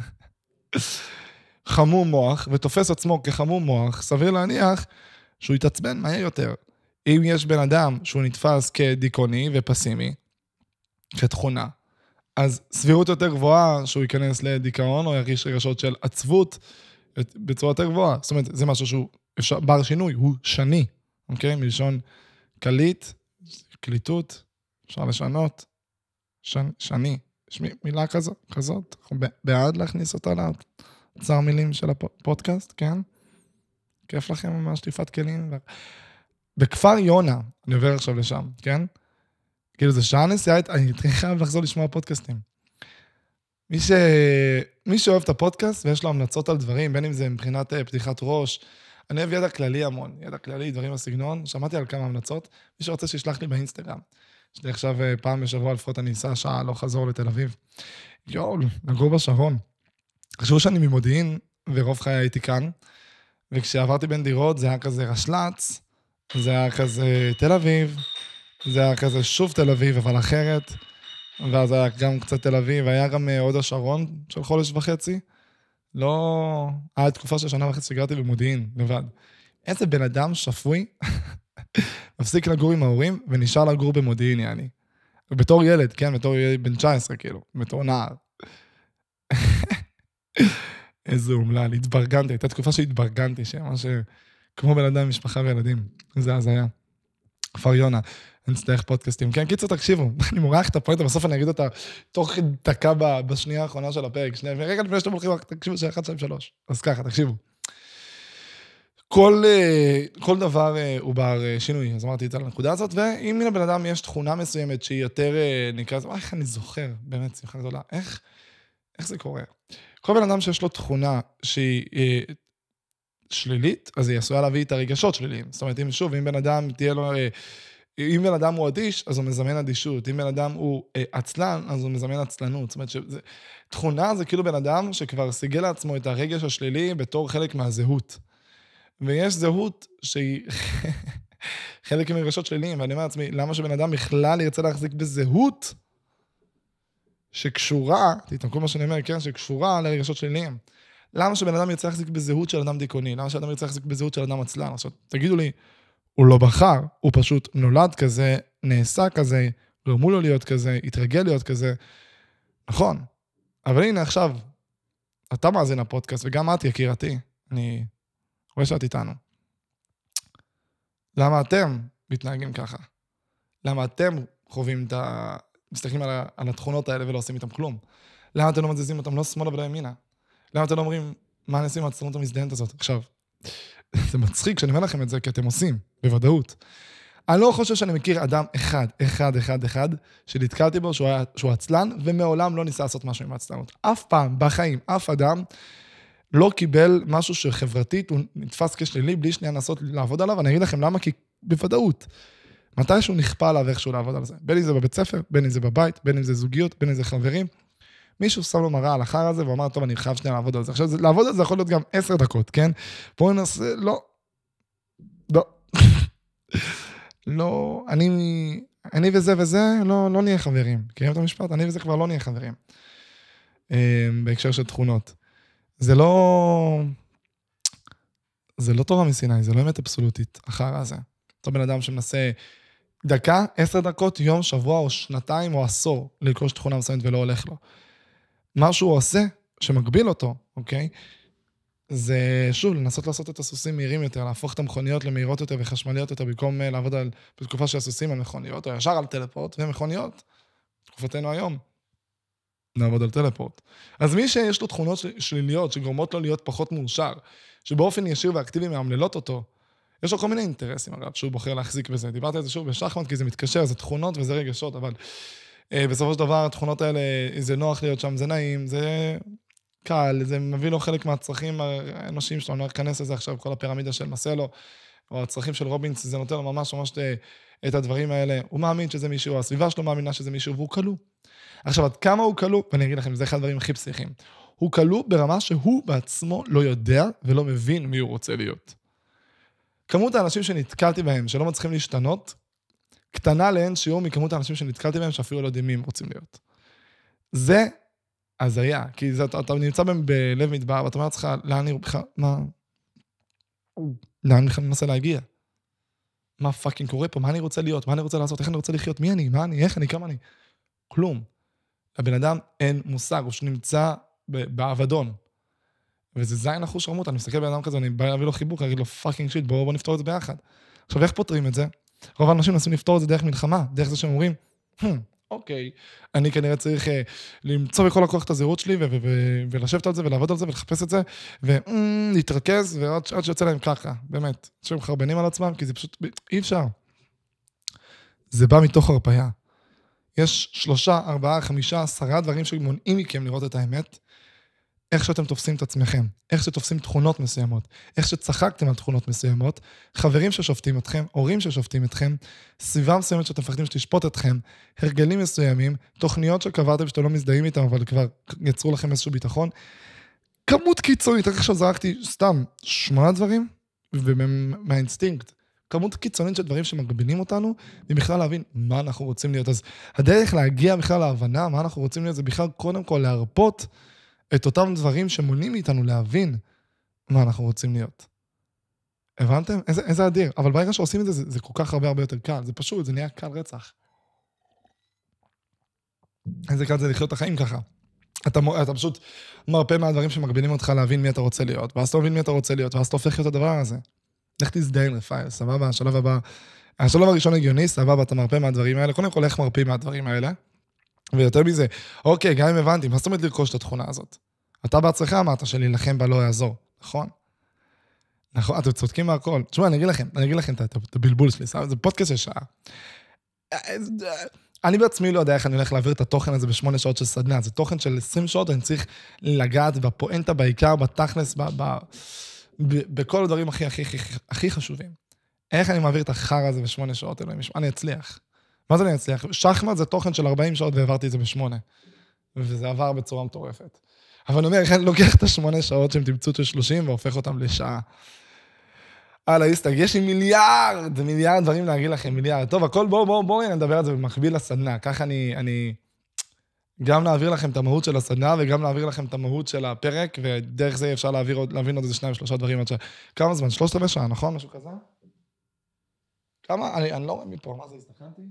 חמום מוח, ותופס עצמו כחמום מוח, סביר להניח שהוא יתעצבן מהר יותר. אם יש בן אדם שהוא נתפס כדיכאוני ופסימי, כתכונה, אז סבירות יותר גבוהה שהוא ייכנס לדיכאון, או ירגיש רגשות של עצבות בצורה יותר גבוהה. זאת אומרת, זה משהו שהוא אפשר, בר שינוי, הוא שני, אוקיי? מלשון קליט, קליטות, אפשר לשנות, שנ, שני. יש מילה כזאת, כזאת, אנחנו בעד להכניס אותה לאוצר מילים של הפודקאסט, כן? כיף לכם ממש שטיפת כלים. בכפר יונה, אני עובר עכשיו לשם, כן? כאילו זה שעה נסיעה, אני חייב לחזור לשמוע פודקאסטים. מי, ש... מי שאוהב את הפודקאסט ויש לו המלצות על דברים, בין אם זה מבחינת פתיחת ראש, אני אוהב ידע כללי המון, ידע כללי, דברים בסגנון, שמעתי על כמה המלצות, מי שרוצה שישלח לי באינסטגרם. יש לי עכשיו פעם בשבוע, לפחות אני אסע שעה, לא חזור לתל אביב. יואו, נגור בשרון. חשבו שאני ממודיעין, ורוב חיי הייתי כאן, וכשעברתי בין דירות, זה היה כזה רשלץ, זה היה כזה תל אביב, זה היה כזה שוב תל אביב, אבל אחרת, ואז היה גם קצת תל אביב, והיה גם עוד השרון של חודש וחצי. לא... היה תקופה של שנה וחצי שגרתי במודיעין, לבד. איזה בן אדם שפוי, מפסיק לגור עם ההורים, ונשאר לגור במודיעין, יעני. ובתור ילד, כן, בתור ילד בן תשע עשרה, כאילו, בתור נער. איזה אומלל, התברגנתי, הייתה תקופה שהתברגנתי, שממש כמו בן אדם, משפחה וילדים. זה אז היה. כפר יונה, אני אצטרך פודקאסטים. כן, קיצור, תקשיבו, אני מורח את הפואנטה, בסוף אני אגיד אותה תוך דקה בשנייה האחרונה של הפרק, שנייה, ורגע לפני שאתם הולכים, תקשיבו של אחת, שתיים, שלוש. אז ככה, תקשיבו. כל, כל דבר הוא בר שינוי, אז אמרתי את זה על הנקודה הזאת, ואם לבן אדם יש תכונה מסוימת שהיא יותר, נקרא, איך אני זוכר, באמת, שמחה גדולה, איך, איך זה קורה? כל בן אדם שיש לו תכונה שהיא שלילית, אז היא עשויה להביא את הרגשות שליליים. זאת אומרת, אם שוב, אם בן אדם תהיה לו, אם בן אדם הוא אדיש, אז הוא מזמן אדישות. אם בן אדם הוא עצלן, אז הוא מזמן עצלנות. זאת אומרת, שזה, תכונה זה כאילו בן אדם שכבר סיגל לעצמו את הרגש השלילי בתור חלק מהזהות. ויש זהות שהיא חלק מרגשות שליליים, ואני אומר לעצמי, למה שבן אדם בכלל ירצה להחזיק בזהות שקשורה, תתנקו מה שאני אומר, כן, שקשורה לרגשות שליליים. למה שבן אדם ירצה להחזיק בזהות של אדם דיכאוני? למה שבן אדם ירצה להחזיק בזהות של אדם עצלן? עכשיו, תגידו לי, הוא לא בחר, הוא פשוט נולד כזה, נעשה כזה, גרמו לו להיות כזה, התרגל להיות כזה. נכון. אבל הנה עכשיו, אתה מאזין לפודקאסט, וגם את יקירתי, אני רואה שאת איתנו. למה אתם מתנהגים ככה? למה אתם חווים את ה... מסתכלים על, ה... על התכונות האלה ולא עושים איתם כלום? למה אתם לא מזיזים אותם לא שמאלה ולא ימינה? למה אתם לא אומרים, מה נשים מהצלנות המזדיינת הזאת? עכשיו, זה מצחיק כשאני אומר לכם את זה, כי אתם עושים, בוודאות. אני לא חושב שאני מכיר אדם אחד, אחד, אחד, אחד, שנתקלתי בו שהוא, היה, שהוא עצלן, ומעולם לא ניסה לעשות משהו עם העצלנות. אף פעם, בחיים, אף אדם לא קיבל משהו שחברתית, הוא נתפס כשלילי, בלי שנייה לנסות לעבוד עליו, אני אגיד לכם למה, כי בוודאות, מתי שהוא נכפה עליו איכשהו לעבוד על זה, בין אם זה בבית ספר, בין אם זה בבית, בין אם זה זוגיות, בין אם זה חברים, מישהו שם לו מראה על אחר הזה, ואומר, טוב, אני חייב שנייה לעבוד על זה. עכשיו, לעבוד על זה יכול להיות גם עשר דקות, כן? בואו ננסה, לא. לא. לא, אני, אני וזה וזה, לא, לא נהיה חברים. מכירים את המשפט? אני וזה כבר לא נהיה חברים. בהקשר של תכונות. זה לא, זה לא תורה מסיני, זה לא אמת אבסולוטית, אחר הזה. אותו בן אדם שמנסה דקה, עשר דקות, יום, שבוע, או שנתיים, או עשור, לרכוש תכונה מסוימת ולא הולך לו. מה שהוא עושה, שמגביל אותו, אוקיי? זה שוב, לנסות לעשות את הסוסים מהירים יותר, להפוך את המכוניות למהירות יותר וחשמליות יותר, במקום לעבוד על, בתקופה שהסוסים על מכוניות, או ישר על טלפורט ומכוניות, תקופתנו היום, נעבוד על טלפורט. אז מי שיש לו תכונות שליליות, שגורמות לו להיות פחות מאושר, שבאופן ישיר ואקטיבי מאמללות אותו, יש לו כל מיני אינטרסים, אגב, שהוא בוחר להחזיק בזה. דיברתי על זה שוב בשחמט, כי זה מתקשר, זה תכונות וזה רגשות, אבל בסופו של דבר, התכונות האלה, זה נוח להיות שם, זה נעים, זה קל, זה מביא לו חלק מהצרכים האנושיים שלו, אני לא אכנס לזה עכשיו, כל הפירמידה של מסלו, או הצרכים של רובינס, זה נותן לו ממש ממש את הדברים האלה. הוא מאמין שזה מישהו, הסביבה שלו מאמינה שזה מישהו, והוא קלו. עכשיו, עד כמה הוא קלו, ואני אגיד לכם, זה אחד הדברים הכי פסיכיים. הוא קלו ברמה שהוא בעצמו לא יודע ולא מבין מי הוא רוצה להיות. כמות האנשים שנתקלתי בהם, שלא מצליחים להשתנות, קטנה לאין שיעור מכמות האנשים שנתקלתי בהם, שאפילו לא יודעים מי הם רוצים להיות. זה הזיה, כי זה, אתה, אתה נמצא בהם בלב מדבר, ואתה אומר לעצמך, לאן אני בכלל, מה, לאן אני בכלל מנסה להגיע? מה פאקינג קורה פה? מה אני רוצה להיות? מה אני רוצה לעשות? איך אני רוצה לחיות? מי אני? מה אני? איך אני? כמה אני? כלום. הבן אדם אין מושג, הוא שנמצא בעבדון. וזה זין אחוז שרמות, אני מסתכל בן אדם כזה, אני בא להביא לו חיבוק, אני אגיד לו פאקינג שיט, בואו בוא נפתור את זה ביחד. עכשיו, איך פותרים את זה? רוב האנשים מנסים לפתור את זה דרך מלחמה, דרך זה שהם אומרים, אוקיי, אני כנראה צריך למצוא בכל הכוח את הזהות שלי, ולשבת על זה, ולעבוד על זה, ולחפש את זה, ולהתרכז, ועד שיוצא להם ככה, באמת. שהם חרבנים על עצמם, כי זה פשוט, אי אפשר. זה בא מתוך הרפאיה. יש שלושה, ארבעה, חמישה, עשרה דברים שמונעים מכם לראות את האמת, איך שאתם תופסים את עצמכם, איך שתופסים תכונות מסוימות, איך שצחקתם על תכונות מסוימות, חברים ששופטים אתכם, הורים ששופטים אתכם, סביבה מסוימת שאתם מפחדים שתשפוט אתכם, הרגלים מסוימים, תוכניות שקבעתם שאתם לא מזדהים איתם, אבל כבר יצרו לכם איזשהו ביטחון. כמות קיצונית, איך עכשיו זרקתי סתם שמונה דברים, ומהאינסטינקט, כמות קיצונית של דברים שמגבילים אותנו, ובכלל להבין מה אנחנו רוצים להיות. אז הדרך להגיע בכלל להבנה, מה אנחנו רוצים להיות, זה בכלל קודם כל להרפות את אותם דברים שמונעים מאיתנו להבין מה אנחנו רוצים להיות. הבנתם? איזה, איזה אדיר. אבל ברגע שעושים את זה, זה, זה כל כך הרבה הרבה יותר קל. זה פשוט, זה נהיה קל רצח. איזה קל זה לחיות את החיים ככה. אתה, אתה פשוט מרפא מהדברים שמגבילים אותך להבין מי אתה רוצה להיות, ואז אתה מבין מי אתה רוצה להיות, ואז אתה הופך את הדבר הזה. לך תזדיין רפאל, סבבה, השלב הבא, השלב הראשון הגיוני, סבבה, אתה מרפא מהדברים האלה, קודם כל איך מרפא מהדברים האלה, ויותר מזה, אוקיי, גם אם הבנתי, מה זאת אומרת לרכוש את התכונה הזאת? אתה בעצמך אמרת שלהילחם בה לא יעזור, נכון? נכון, אתם צודקים מהכל. תשמע, אני אגיד לכם, אני אגיד לכם את הבלבול שלי, זה פודקאסט של שעה. אני בעצמי לא יודע איך אני הולך להעביר את התוכן הזה בשמונה שעות של סדנה, זה תוכן של עשרים שעות, אני צריך לגעת בפואנטה בעיקר, בתכלס, ב, ב, ב, בכל הדברים הכי, הכי, הכי, הכי חשובים. איך אני מעביר את החר הזה בשמונה שעות, אלוהים, אני אצליח. מה זה אני אצליח? שחמט זה תוכן של ארבעים שעות והעברתי את זה בשמונה. וזה עבר בצורה מטורפת. אבל אני אומר, איך אני לוקח את השמונה שעות שהם תמצאו של שלושים והופך אותם לשעה. הלאה, איסטג, יש לי מיליארד, מיליארד דברים להגיד לכם, מיליארד. טוב, הכל בואו, בואו, בואו, נדבר על זה במקביל לסדנה. ככה אני, אני גם להעביר לכם את המהות של הסדנה, וגם להעביר לכם את המהות של הפרק, ודרך זה אפשר להעביר, להבין עוד איזה שניים, שלושה דברים. כמה זמן? שלושת רבעי שעה, נכון? משהו כזה? כמה? אני, אני לא רואה מפה, מה זה, הסתכלתי?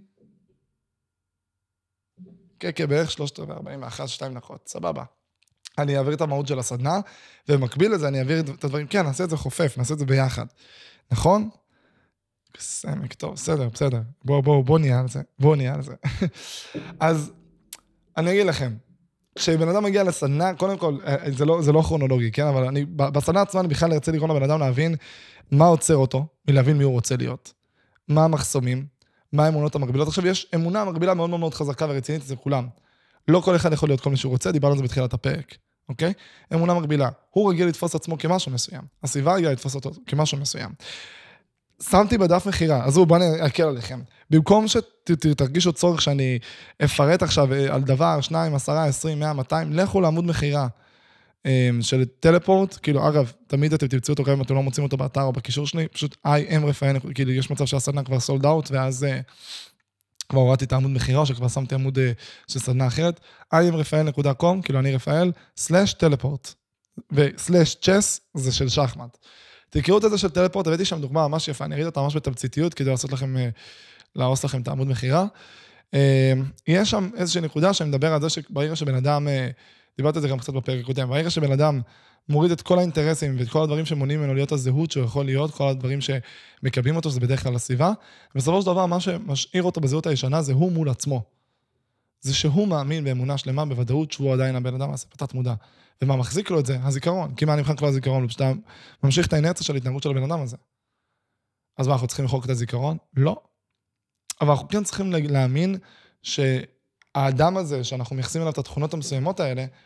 כן, כן, בערך שלושת רבעי, ארבעים ואחת, שתיים דקות, סבבה. אני אעביר את המהות של הסדנה, ובמקביל לזה אני אעביר את הדברים, כן, נעשה את זה חופף, נעשה את זה ביחד. נכון? סמק, טוב, בסדר, בסדר. בואו, בואו, בואו נהיה על זה. בואו נהיה על זה. אז אני אגיד לכם, כשבן אדם מגיע לסדנה, קודם כל, זה לא, זה לא כרונולוגי, כן? אבל אני, בסדנה עצמה אני בכלל ארצה לגרום לבן אדם להבין מה עוצר אותו, מלהבין מי הוא רוצה להיות. מה המחסומים, מה האמונות המקבילות. עכשיו, יש אמונה מקבילה מאוד מאוד חזקה ורצינית, זה כולם. לא כל אחד יכול להיות כל מי שהוא רוצה, דיברנו על זה בתחילת הפרק, אוקיי? אמונה מקבילה. הוא רגיל לתפוס עצמו כמשהו מסוים. הסביבה רגילה לתפוס אותו כמשהו מסוים. שמתי בדף מחירה, אז בואו אני אקל עליכם. במקום שתרגישו צורך שאני אפרט עכשיו על דבר, שניים, עשרה, עשרים, מאה, מאתיים, לכו לעמוד מחירה של טלפורט, כאילו, אגב, תמיד אתם תמצאו אותו, גם אם אתם לא מוצאים אותו באתר או בקישור שלי, פשוט איי אם רפאל, כאילו, יש מצב שהסדנה כבר סולד אאוט, ואז כבר הורדתי את העמוד מחירה, או שכבר שמתי עמוד של סדנה אחרת, איי אם רפאל נקודה קום, כאילו אני רפאל, סלש טלפורט, וסלש צ'ס, זה של שחמט. תקראו את זה של טלפורט, הבאתי שם דוגמה ממש יפה, אני אריד אותה ממש בתמציתיות, כדי לעשות לכם, להרוס לכם את העמוד מחירה. יש שם איזושהי נקודה שאני מדבר על זה, שברגע שבן אדם, דיברתי את זה גם קצת בפרק הקודם, ברגע שבן אדם מוריד את כל האינטרסים ואת כל הדברים שמונעים ממנו להיות הזהות שהוא יכול להיות, כל הדברים שמקבלים אותו, שזה בדרך כלל הסביבה, ובסופו של דבר, מה שמשאיר אותו בזהות הישנה, זה הוא מול עצמו. זה שהוא מאמין באמונה שלמה, בוודאות שהוא עדיין הבן אדם, אז פתת מודע. ומה מחזיק לו את זה? הזיכרון. כי מה נמחק לו הזיכרון? הוא פשוט ממשיך את האינרציה של התנהגות של הבן אדם הזה. אז מה, אנחנו צריכים לחוק את הזיכרון? לא. אבל אנחנו כן צריכים להאמין שהאדם הזה, שאנחנו מייחסים אליו את התכונות המסוימות האלה,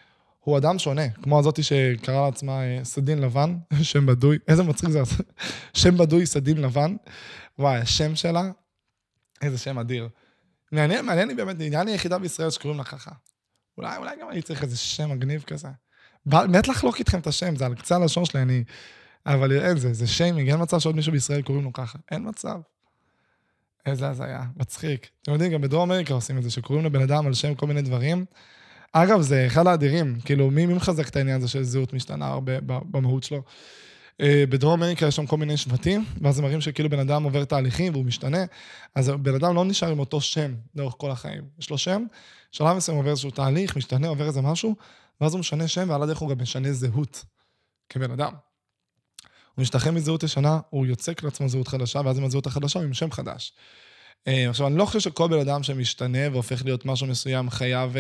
הוא אדם שונה, כמו הזאתי שקרא לעצמה סדין לבן, שם בדוי, איזה מצחיק זה, שם בדוי, סדין לבן, וואי, השם שלה, איזה שם אדיר. מעניין, מעניין לי באמת, נראה לי היחידה בישראל שקוראים לה ככה. אולי, אולי גם אני צריך איזה שם מגניב כזה. באמת לחלוק איתכם את השם, זה על קצה הלשון שלי, אני... אבל אין זה, זה שיימינג, אין מצב שעוד מישהו בישראל קוראים לו ככה, אין מצב. איזה אז היה, מצחיק. אתם יודעים, גם בדרום אמריקה עושים את זה, שקוראים לבן אדם על שם כל מיני דברים. אגב, זה אחד האדירים, כאילו, מי, מי מחזק את העניין הזה של זהות משתנה הרבה במהות שלו? בדרום אמריקה יש שם כל מיני שבטים, ואז הם מראים שכאילו בן אדם עובר תהליכים והוא משתנה, אז בן אדם לא נשאר עם אותו שם לאורך כל החיים. יש לו שם, שלב מסוים עובר איזשהו תהליך, משתנה, עובר איזה משהו, ואז הוא משנה שם, ועל הדרך הוא גם משנה זהות כבן אדם. הוא משתחרר מזהות ישנה, הוא יוצק לעצמו זהות חדשה, ואז עם הזהות החדשה הוא עם שם חדש. עכשיו, אני לא חושב שכל בן אדם שמשתנה והופך להיות משהו מסוים חייב,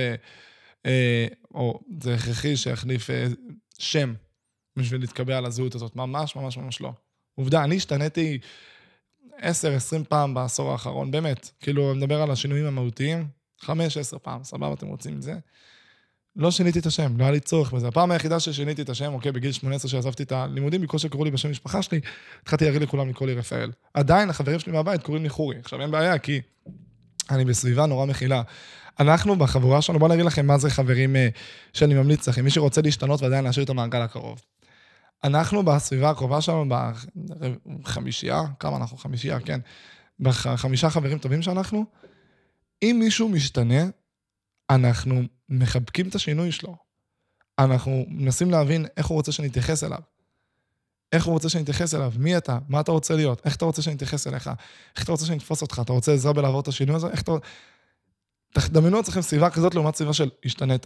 או זה הכרחי שיחליף שם בשביל להתקבע על הזהות הזאת. ממש, ממש, ממש לא. עובדה, אני השתניתי עשר עשרים פעם בעשור האחרון, באמת. כאילו, אני מדבר על השינויים המהותיים, חמש עשר פעם, סבבה, אתם רוצים את זה? לא שיניתי את השם, לא היה לי צורך בזה. הפעם היחידה ששיניתי את השם, אוקיי, בגיל שמונה עשרה שעזבתי את הלימודים, בכל שקראו לי בשם משפחה שלי, התחלתי להגיד לכולם לקרוא לי רפאל. עדיין, החברים שלי מהבית קוראים לי חורי. עכשיו, אין בעיה, כי אני בסביבה נורא מכילה. אנחנו בחבורה שלנו, בואו נגיד לכם מה זה חברים שאני ממליץ לכם, מי שרוצה להשתנות ועדיין להשאיר את המעגל הקרוב. אנחנו בסביבה הקרובה שלנו, בחמישייה, כמה אנחנו? חמישייה, כן. בחמישה חברים טובים שאנחנו, אם מישהו משתנה, אנחנו מחבקים את השינוי שלו. אנחנו מנסים להבין איך הוא רוצה שנתייחס אליו. איך הוא רוצה שנתייחס אליו? מי אתה? מה אתה רוצה להיות? איך אתה רוצה שנתייחס אליך? איך אתה רוצה שנתפוס אותך? אתה רוצה עזרה בלעבור את השינוי הזה? איך אתה... תדמיינו אצלכם סביבה כזאת לעומת סביבה של השתנית.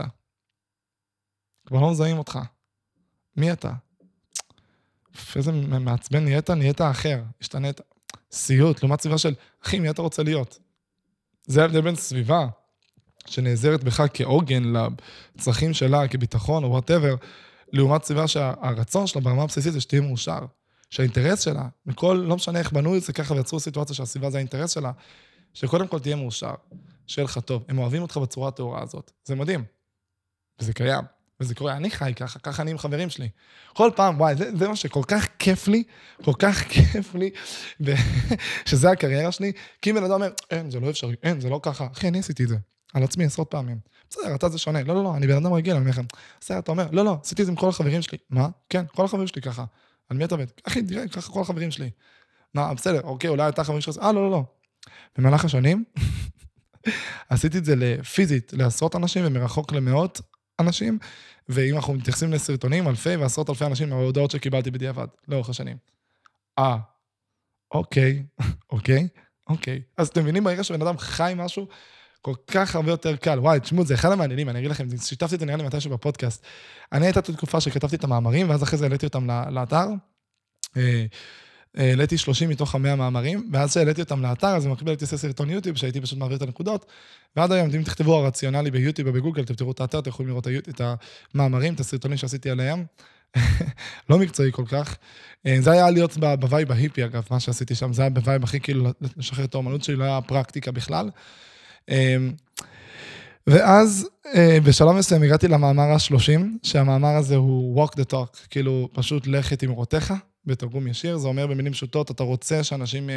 כבר לא מזהים אותך. מי אתה? איזה מעצבן נהיית? נהיית אחר. השתנית. סיוט, לעומת סביבה של, אחי, מי אתה רוצה להיות? זה ההבדל בין סביבה שנעזרת בך כעוגן לצרכים שלה, כביטחון או whatever, לעומת סביבה שהרצון שלה ברמה הבסיסית זה שתהיה מאושר. שהאינטרס שלה, מכל, לא משנה איך בנו את זה, ככה ויצרו סיטואציה שהסביבה זה האינטרס שלה, שקודם כל תהיה מאושר, שיהיה לך טוב. הם אוהבים אותך בצורה התאורה הזאת. זה מדהים. וזה קיים. וזה קורה, אני חי ככה, ככה אני עם חברים שלי. כל פעם, וואי, זה, זה מה שכל כך כיף לי, כל כך כיף לי, שזה הקריירה שלי, כי אם בן אדם אומר, אין, זה לא אפשרי, אין, זה לא ככה. אחי, אני עשיתי את זה. על עצמי עשרות פעמים. בסדר, אתה זה שונה. לא, לא, לא, אני בן אדם רגיל, אני אומר לכם. בסדר, אתה אומר, לא, לא, עשיתי את זה עם כל החברים שלי. מה? כן, כל החברים שלי ככה. על מי אתה עובד? אחי, תראה, ככה כל החברים שלי. מה, בסדר, אוקיי, אולי אתה חברים שלך. אה, לא, לא, לא. במהלך השנים, עשיתי את זה לפיזית, לעשרות אנשים ומרחוק למאות אנשים, ואם אנחנו מתייחסים לסרטונים, אלפי ועשרות אלפי אנשים מההודעות שקיבלתי בדיעבד, לאורך השנים. אה, אוקיי, אוקיי, אוקיי. אז אתם מבינים, ברגע שבן אדם חי משהו, כל כך הרבה יותר קל. וואי, תשמעו, זה אחד המעניינים, אני אגיד לכם, שיתפתי את זה נראה לי מתישהו בפודקאסט. אני הייתה תקופה שכתבתי את המאמרים, ואז אחרי זה העליתי אותם לאתר. העליתי שלושים מתוך המאה מאמרים, ואז שהעליתי אותם לאתר, אז במקביל הייתי עושה סרטון יוטיוב, שהייתי פשוט מעביר את הנקודות, ועד היום, אם תכתבו הרציונלי ביוטיוב או בגוגל, אתם תראו את האתר, אתם יכולים לראות את המאמרים, את הסרטונים שעשיתי עליהם. לא מקצועי כל כך. זה היה להיות בווייב ההיפי, אגב, מה שעשיתי שם, זה היה בווייב הכי כאילו לשחרר את האומנות שלי, לא היה פרקטיקה בכלל. ואז בשלב מסוים הגעתי למאמר ה-שלושים, שהמאמר הזה הוא walk the talk, כאילו פשוט לכת עם רותיך, בתרגום ישיר, זה אומר במילים פשוטות, אתה רוצה שאנשים,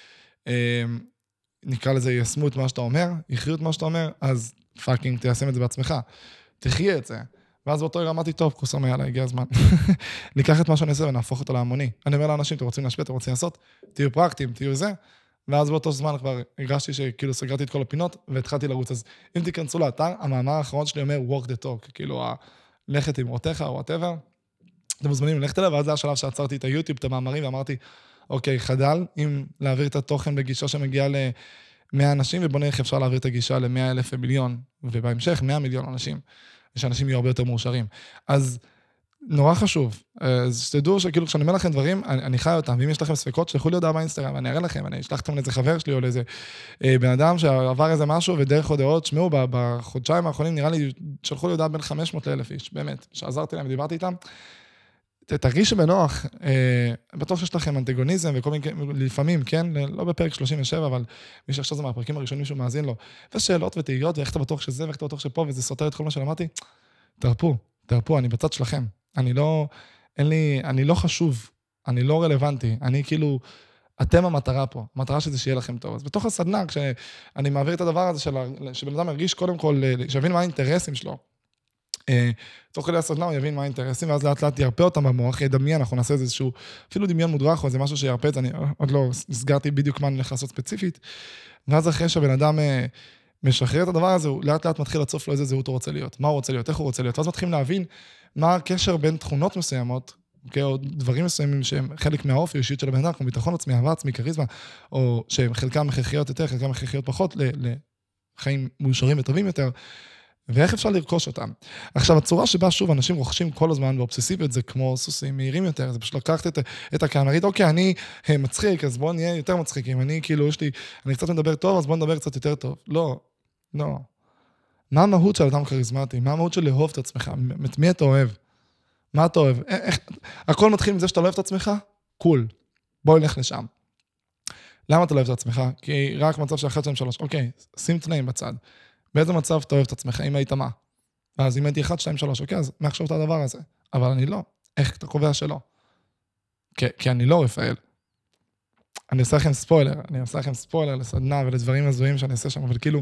נקרא לזה, יסמו את מה שאתה אומר, יכריעו את מה שאתה אומר, אז פאקינג, תיישם את זה בעצמך, תחיה את זה. ואז באותו רגע אמרתי, טוב, כוסם יאללה, הגיע הזמן. ניקח את מה שאני עושה ונהפוך אותו להמוני. אני אומר לאנשים, אתם רוצים להשפיע, אתם רוצים לעשות, תהיו פרקטיים, תהיו זה, ואז באותו זמן כבר הרגשתי שכאילו סגרתי את כל הפינות, והתחלתי לרוץ. אז אם תיכנסו לאתר, המאמר האחרון שלי אומר, walk the talk, כאילו, לכת עם רותיך או whatever, אתם מוזמנים ללכת אליו, ואז זה השלב שעצרתי את היוטיוב, את המאמרים, ואמרתי, אוקיי, חדל, אם להעביר את התוכן בגישה שמגיעה ל-מאה אנשים, ובוא נראה איך אפשר להעביר את הגישה ל-מאה אלף ומיליון, ובהמשך מאה מיליון אנשים, ושאנשים יהיו הרבה יותר מאושרים. אז נורא חשוב. אז שתדעו שכאילו כשאני אומר לכם דברים, אני, אני חי אותם, ואם יש לכם ספקות, שלחו לי הודעה באינסטגרם, ואני אראה לכם, אני אשלח אתם לאיזה חבר שלי, או לאיזה בן אדם שעבר איזה משהו, ודרך הודעות, שמעו, בחודשיים האחרונים נראה לי, שלחו לי הודעה בין חמש מאות לאלף איש, באמת, שעזרתי להם, דיברתי איתם, תרגישו בנוח, בטוח שיש לכם אנטגוניזם, וכל מיני, לפעמים, כן, לא בפרק שלושים ושבע, אבל מי שעכשיו זה מהפרקים הראשונים מישהו מאזין לו, ושאלות ותהיות, ואיך אתה בטוח שזה, ואיך אתה בטוח שפה, וזה סותר את כל מה שלמדתי, תרפו, תרפו, אני בצד שלכם. אני לא, אין לי, אני לא חשוב, אני לא רלוונטי, אני כאילו, אתם המטרה פה, המטרה שזה שיהיה לכם טוב. אז בתוך הסדנה, כשאני מעביר את הדבר הזה, שבן אדם מרגיש קודם כל, שיבין מה האינטרסים שלו, תוך כדי הסדנה הוא יבין מה האינטרסים, ואז לאט לאט ירפא אותם במוח, ידמיין, אנחנו נעשה איזשהו, אפילו דמיון מודרך, או איזה משהו שירפא את זה, אני עוד לא הסגרתי בדיוק מה אני הולך לעשות ספציפית, ואז אחרי שהבן אדם משחרר את הדבר הזה, הוא לאט לאט מתחיל לצוף לו איזה זהות הוא רוצה להיות, מה הוא רוצה להיות, איך הוא רוצה להיות, ואז מתחילים להבין מה הקשר בין תכונות מסוימות, או דברים מסוימים שהם חלק מהאופי, אישיות של הבן אדם, כמו ביטחון עצמי, אהבה עצמי, כריזמה, או שהם חלקם הכרחיות יותר, חלקם הכרחיות פחות, לחיים מאושרים וטובים יותר, ואיך אפשר לרכוש אותם. עכשיו, הצורה שבה שוב אנשים רוכשים כל הזמן באובססיביות, זה כמו סוסים מהירים יותר, זה פשוט לקחת את, את הקאמרית, אוקיי, אני מצחיק, אז בואו נהיה יותר מצחיקים, אני כאילו, יש לי, אני קצת מדבר טוב, אז בואו נדבר קצת יותר טוב. לא, לא. מה המהות של אדם כריזמטי? מה המהות של לאהוב את עצמך? את מי אתה אוהב? מה אתה אוהב? איך, הכל מתחיל מזה שאתה לא אוהב את עצמך? קול. בואו נלך לשם. למה אתה לא אוהב את עצמך? כי רק מצב של אחת, שתיים, שלוש. אוקיי, שים תנאים בצד. באיזה מצב אתה אוהב את עצמך? אם היית מה? אז אם הייתי אחת, שתיים, שלוש, אוקיי, אז מעכשיו את הדבר הזה. אבל אני לא. איך אתה קובע שלא? כי, כי אני לא רפאל. אני אעשה לכם ספוילר. אני אעשה לכם ספוילר לסדנה ולדברים הזויים שאני אעשה שם, אבל כאילו,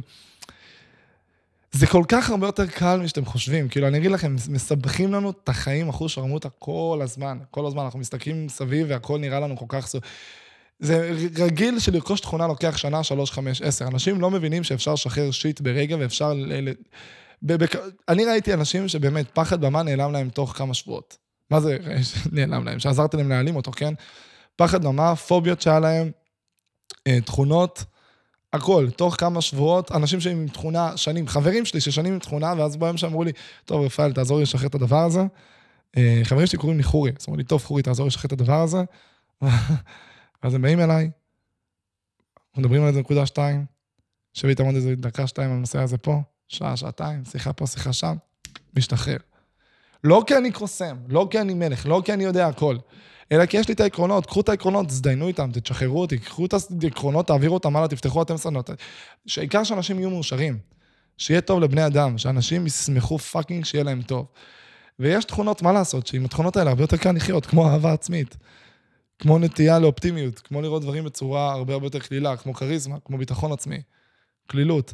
זה כל כך הרבה יותר קל משאתם חושבים. כאילו, אני אגיד לכם, מסבכים לנו את החיים, אחוז שרמותה כל הזמן. כל הזמן אנחנו מסתכלים סביב והכל נראה לנו כל כך סו... זה רגיל שלרכוש תכונה לוקח שנה, שלוש, חמש, עשר. אנשים לא מבינים שאפשר לשחרר שיט ברגע ואפשר... ל... בבק... אני ראיתי אנשים שבאמת פחד במה נעלם להם תוך כמה שבועות. מה זה נעלם להם? שעזרתי להם להעלים אותו, כן? פחד במה, פוביות שהיה להם, תכונות, הכל, תוך כמה שבועות, אנשים שעם תכונה שנים, חברים שלי ששנים עם תכונה, ואז ביום שאמרו לי, טוב, רפאל, תעזור לי לשחרר את הדבר הזה. חברים שלי קוראים לי חורי, אז אמרו לי, טוב, חורי, תעזור לי לשחרר את הדבר הזה. אז הם באים אליי, אנחנו מדברים על איזה נקודה שתיים, שבי תעמוד איזה דקה שתיים על הנושא הזה פה, שעה, שעתיים, שיחה פה, שיחה שם, משתחרר. לא כי אני קוסם, לא כי אני מלך, לא כי אני יודע הכל, אלא כי יש לי את העקרונות, קחו את העקרונות, תזדיינו איתם, תשחררו אותי, קחו את העקרונות, תעבירו אותם הלאה, תפתחו אתם סדנות. שעיקר שאנשים יהיו מאושרים, שיהיה טוב לבני אדם, שאנשים ישמחו פאקינג שיהיה להם טוב. ויש תכונות מה לעשות, שעם התכונות האלה הרבה יותר קל לחיות, כמו אהבה עצמית, כמו נטייה לאופטימיות, כמו לראות דברים בצורה הרבה הרבה יותר כלילה, כמו כריזמה, כמו ביטחון עצמי, כלילות,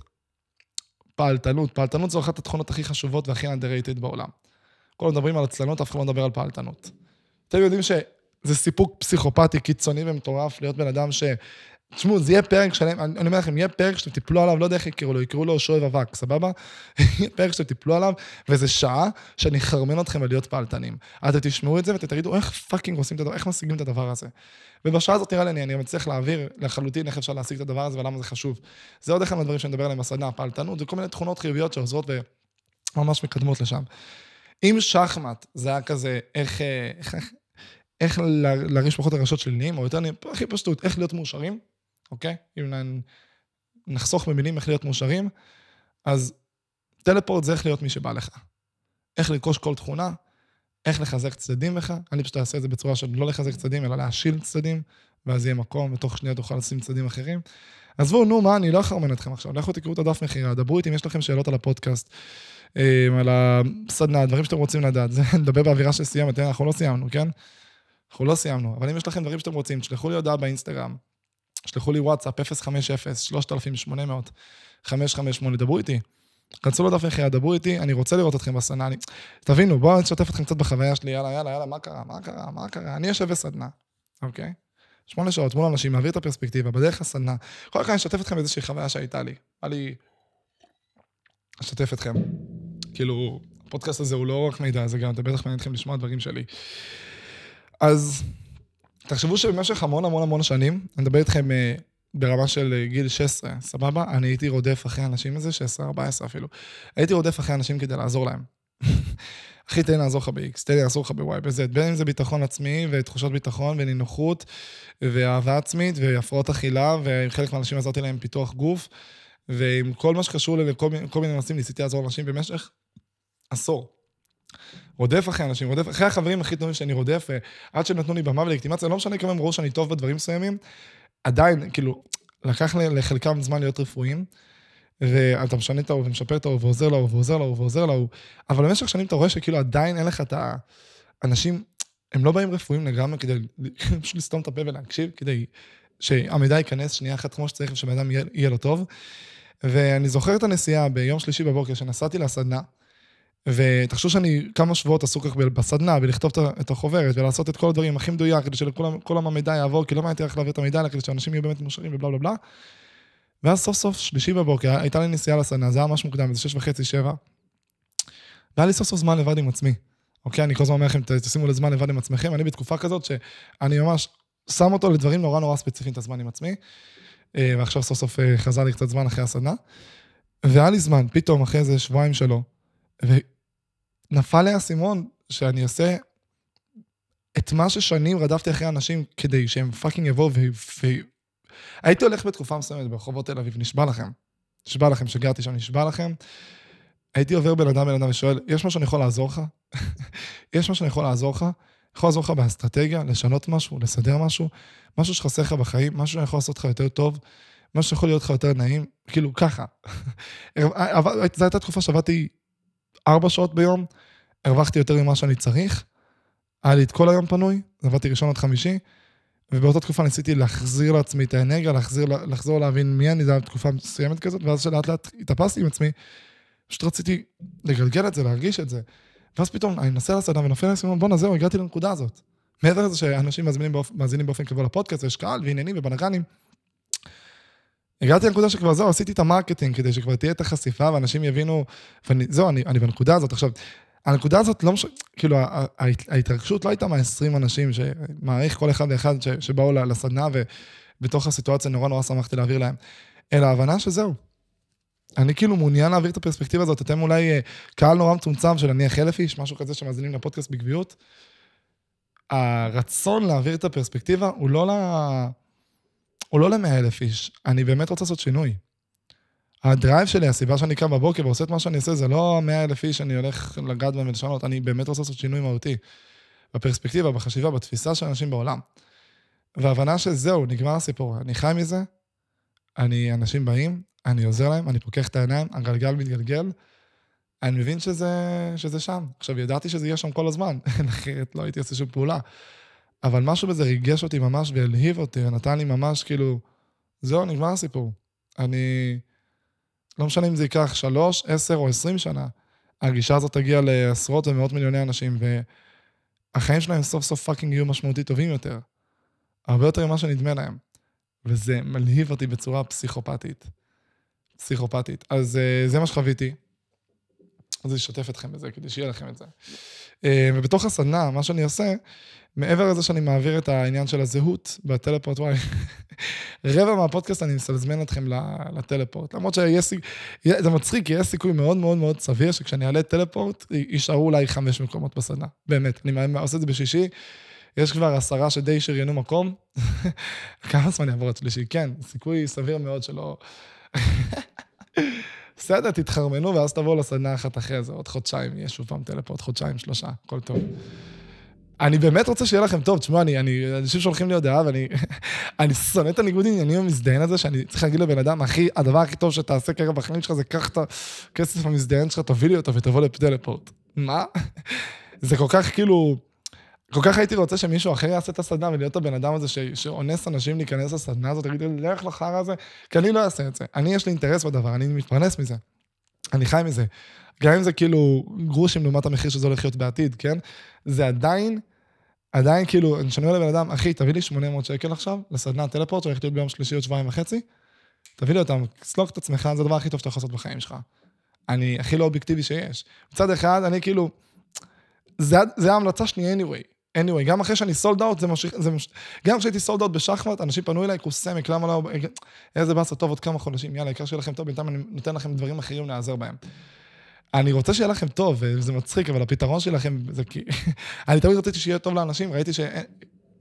פעלתנות. פעלתנות זו אחת התכונות הכי חשובות והכי underrated בעולם. כל מדברים על הצלנות, אף אחד לא מדבר על פעלתנות. אתם יודעים שזה סיפוק פסיכופתי, קיצוני ומטורף, להיות בן אדם ש... תשמעו, זה יהיה פרק שלם, אני אומר לכם, יהיה פרק שאתם תיפלו עליו, לא יודע איך יקראו לו, יקראו לו שואב אבק, סבבה? יהיה פרק שאתם תיפלו עליו, וזה שעה שאני חרמן אתכם על להיות פעלתנים. אתם תשמעו את זה ותתגידו, איך פאקינג עושים את הדבר, איך משיגים את הדבר הזה? ובשעה הזאת נראה לי, אני מצליח להעביר לחלוטין איך אפשר להשיג את הדבר הזה ולמה זה חשוב. זה עוד אחד מהדברים שאני מדבר עליהם בסדנה, הפעלתנות, זה כל מיני תכונות חיוביות שעוזרות וממש מקדמות לשם. אם שחמט, זה היה כזה, איך, איך, איך להריש פחות הרגשות של נעים, או יותר נעים, הכי פשטות, איך להיות מאושרים, אוקיי? אם נחסוך במילים איך להיות מאושרים, אז טלפורט זה איך להיות מי שבא לך. איך לרכוש כל תכונה, איך לחזק צדדים לך, אני פשוט אעשה את זה בצורה של לא לחזק צדדים, אלא להשיל צדדים, ואז יהיה מקום, ותוך שנייה תוכל לשים צדדים אחרים. אז בואו, נו, מה, אני לא אחרמן אתכם עכשיו, לכו תקראו את הדף מחירה, דברו איתי אם יש לכם שאלות על הפודקאסט, על הסדנה, דברים שאתם רוצים לדעת, זה נדבר באווירה שסיימת, אנחנו לא סיימנו, כן? אנחנו לא סיימנו, אבל אם יש לכם דברים שאתם רוצים, תשלחו לי הודעה באינסטגרם, תשלחו לי וואטסאפ, אפס חמש אפס שלוש שמונה אפס אפס חמש חמש שמונה, דברו איתי, כנסו לדף מחירה, דברו איתי, אני רוצה לראות אתכם בסדנה, אני... תבינו, בואו נשתף אתכם קצת בחוויה שלי, יאללה, יאללה, יאללה, מה קרה, מה קרה, מה קרה, אני יושב בסדנה, אוקיי? שמונה שעות, מול אנשים, מעביר את הפרספקטיבה, בדרך הסדנה, כל כך אני אשתף אתכם באיזושהי חוויה שהייתה לי, בא לי אשתף אתכם, כאילו, הפודקאסט הזה הוא לא רק מידע, זה גם, אתם בטח מעניין אתכם לשמוע דברים שלי. אז תחשבו שבמשך המון המון המון שנים, אני מדבר איתכם ברמה של גיל שש עשרה, סבבה? אני הייתי רודף אחרי אנשים איזה, שש עשרה, ארבע עשרה אפילו. הייתי רודף אחרי אנשים כדי לעזור להם. אחי, תן לי לעזור לך ב-X, תן לי לעזור לך ב-Y, ב-Z, בין אם זה ביטחון עצמי, ותחושות ביטחון, ונינוחות, ואהבה עצמית, והפרעות אכילה, וחלק מהאנשים עזרתי להם פיתוח גוף, ועם כל מה שקשור לכל כל מיני נושאים, ניסיתי לעזור לאנשים במשך עשור. רודף אחרי אנשים, רודף, אחרי החברים הכי טובים שאני רודף, עד שנתנו לי במה ולגיטימציה, לא משנה כמה הם ראו שאני טוב בדברים מסוימים, עדיין, כאילו, לקח לחלקם זמן להיות רפואיים, ואתה משנה את ההוא, ומשפר את ההוא, ועוזר להוא, ועוזר להוא, ועוזר להוא, אבל במשך שנים אתה רואה שכאילו עדיין אין לך את האנשים, הם לא באים רפואיים לגמרי כדי פשוט לסתום את הפה ולהקשיב, כדי שהמידע ייכנס שנייה אחת כמו שצריך, ושבן אדם יהיה, יהיה לו טוב. ואני זוכר את הנסיעה ביום שלישי בבוקר, שנסעתי לסדנה, ותחשוב שאני כמה שבועות עסוק בסדנה, ולכתוב את החוברת, ולעשות את כל הדברים הכי מדויק, כדי שלכל המידע יעבור, כי לא מעניין איך להעביר את המידע, כדי שאנשים יהיו באמת מאושרים ובלה בלה בלה. ואז סוף סוף, שלישי בבוקר, הייתה לי נסיעה לסדנה, זה היה ממש מוקדם, זה שש וחצי, שבע. והיה לי סוף סוף זמן לבד עם עצמי. אוקיי, אני כל הזמן אומר לכם, תשימו לזמן לבד עם עצמכם, אני בתקופה כזאת שאני ממש שם אותו לדברים נורא נורא ספציפיים את הזמן עם עצמי, ועכשיו סוף סוף חזר לי קצת זמן אחרי הסדנה, והיה לי זמן, פתאום אחרי איזה שבועיים שלו, ונפל לי הסימון שאני עושה את מה ששנים רדפתי אחרי אנשים כדי שהם פאקינג יבואו, והייתי הולך בתקופה מסוימת ברחובות תל אביב, נשבע לכם, נשבע לכם, שגרתי שם, נשבע לכם, הייתי עובר בן אדם בן אדם ושואל, יש מה שאני יכול לעזור לך? יש מה שאני יכול לעזור לך? יכול לעזור לך באסטרטגיה, לשנות משהו, לסדר משהו, משהו שחסר לך בחיים, משהו שאני יכול לעשות לך יותר טוב, משהו שיכול להיות לך יותר נעים, כאילו ככה. זו הייתה תקופה שעבדתי ארבע שעות ביום, הרווחתי יותר ממה שאני צריך, היה לי את כל היום פנוי, עבדתי ראשון עד חמישי, ובאותה תקופה ניסיתי להחזיר לעצמי את האנרגיה, להחזיר, לחזור להבין מי אני, זו תקופה מסוימת כזאת, ואז שלאט לאט התאפסתי עם עצמי, פשוט רציתי לגלגל את זה, להרגיש את זה. ואז פתאום אני מנסה לסדנה ונופל לסימון, בוא נזהו, הגעתי לנקודה הזאת. מעבר לזה שאנשים מאזינים באופן קבוע לפודקאסט, יש קהל ועניינים ובנגנים. הגעתי לנקודה שכבר זהו, עשיתי את המרקטינג כדי שכבר תהיה את החשיפה ואנשים יבינו, וזהו, אני, אני בנקודה הזאת. עכשיו, הנקודה הזאת לא מש... כאילו, ההתרגשות לא הייתה מה-עשרים אנשים שמעריך כל אחד ואחד שבאו לסדנה ובתוך הסיטואציה נורא נורא שמחתי להעביר להם. אלא ההבנה שזהו. אני כאילו מעוניין להעביר את הפרספקטיבה הזאת, אתם אולי קהל נורא מצומצם של נניח אלף איש, משהו כזה שמאזינים לפודקאסט בגביות. הרצון להעביר את הפרספקטיבה הוא לא, לה... הוא לא למאה אלף איש, אני באמת רוצה לעשות שינוי. הדרייב שלי, הסיבה שאני קם בבוקר ועושה את מה שאני עושה, זה לא מאה אלף איש שאני הולך לגעת בהם ולשנות, אני באמת רוצה לעשות שינוי מהותי. בפרספקטיבה, בחשיבה, בתפיסה של אנשים בעולם. וההבנה שזהו, נגמר הסיפור, אני חי מזה, אני, אנשים באים, אני עוזר להם, אני פוקח את העיניים, הגלגל מתגלגל, אני מבין שזה, שזה שם. עכשיו, ידעתי שזה יהיה שם כל הזמן, אחרת לא הייתי עושה שום פעולה. אבל משהו בזה ריגש אותי ממש והלהיב אותי, ונתן לי ממש כאילו, זהו, נגמר הסיפור. אני, לא משנה אם זה ייקח שלוש, עשר או עשרים שנה, הגישה הזאת תגיע לעשרות ומאות מיליוני אנשים, והחיים שלהם סוף סוף פאקינג יהיו משמעותית טובים יותר. הרבה יותר ממה שנדמה להם. וזה מלהיב אותי בצורה פסיכופתית. פסיכופתית. אז זה מה שחוויתי. אז אני אשתף אתכם בזה, כדי שיהיה לכם את זה. ובתוך הסדנה, מה שאני עושה, מעבר לזה שאני מעביר את העניין של הזהות בטלפורט, וואי, רבע מהפודקאסט אני מסלזמן אתכם לטלפורט. למרות שזה מצחיק, כי יש סיכוי מאוד מאוד מאוד סביר, שכשאני אעלה טלפורט, יישארו אולי חמש מקומות בסדנה. באמת, אני עושה את זה בשישי, יש כבר עשרה שדי שריינו מקום. כמה זמן יעבור את שלישי? כן, סיכוי סביר מאוד שלא... בסדר, תתחרמנו, ואז תבואו לסדנה אחת אחרי זה, עוד חודשיים, יהיה שוב פעם טלפורט, חודשיים, שלושה, הכל טוב. אני באמת רוצה שיהיה לכם טוב, תשמעו, אני, אני, אנשים שולחים לי הודעה, ואני, אני שונא את הניגוד עניינים המזדיין הזה, שאני צריך להגיד לבן אדם, אחי, הדבר הכי טוב שתעשה כרגע בחיים שלך, זה קח את הכסף המזדיין שלך, תביא לי אותו ותבוא לטלפורט. מה? זה כל כך כאילו, כל כך הייתי רוצה שמישהו אחר יעשה את הסדנה, ולהיות הבן אדם הזה ש, שאונס אנשים להיכנס לסדנה הזאת, תגידו, לך לחר הזה, כי אני לא אעשה את זה. אני, יש לי אינטרס בדבר, אני מתפרנס מזה. אני חי מזה. גם אם זה כאילו גרושים לעומת המחיר שזה הולך להיות בעתיד, כן? זה עדיין, עדיין כאילו, אני שומע לבן אדם, אחי, תביא לי שמונה מאות שקל עכשיו, לסדנה טלפורט, שהולכת להיות ביום שלישי עוד שבועיים וחצי, תביא לי אותם, סלוק את עצמך, זה הדבר הכי טוב שאתה יכול לעשות בחיים שלך. אני הכי לא אובייקטיבי שיש. מצד אחד, אני כאילו, זה, זה ההמלצה שלי anyway. anyway, גם אחרי שאני סולד אאוט, זה ממשיך, זה ממשיך, גם כשהייתי סולד אאוט בשחמט, אנשים פנו אליי, קוסמק, למה לא, איזה באסה טוב עוד כמה חודשים, יאללה, יקר שיהיה לכם טוב, בינתיים אני נותן לכם דברים אחרים לעזר בהם. אני רוצה שיהיה לכם טוב, וזה מצחיק, אבל הפתרון שלכם זה כי, אני תמיד רציתי שיהיה טוב לאנשים, ראיתי ש...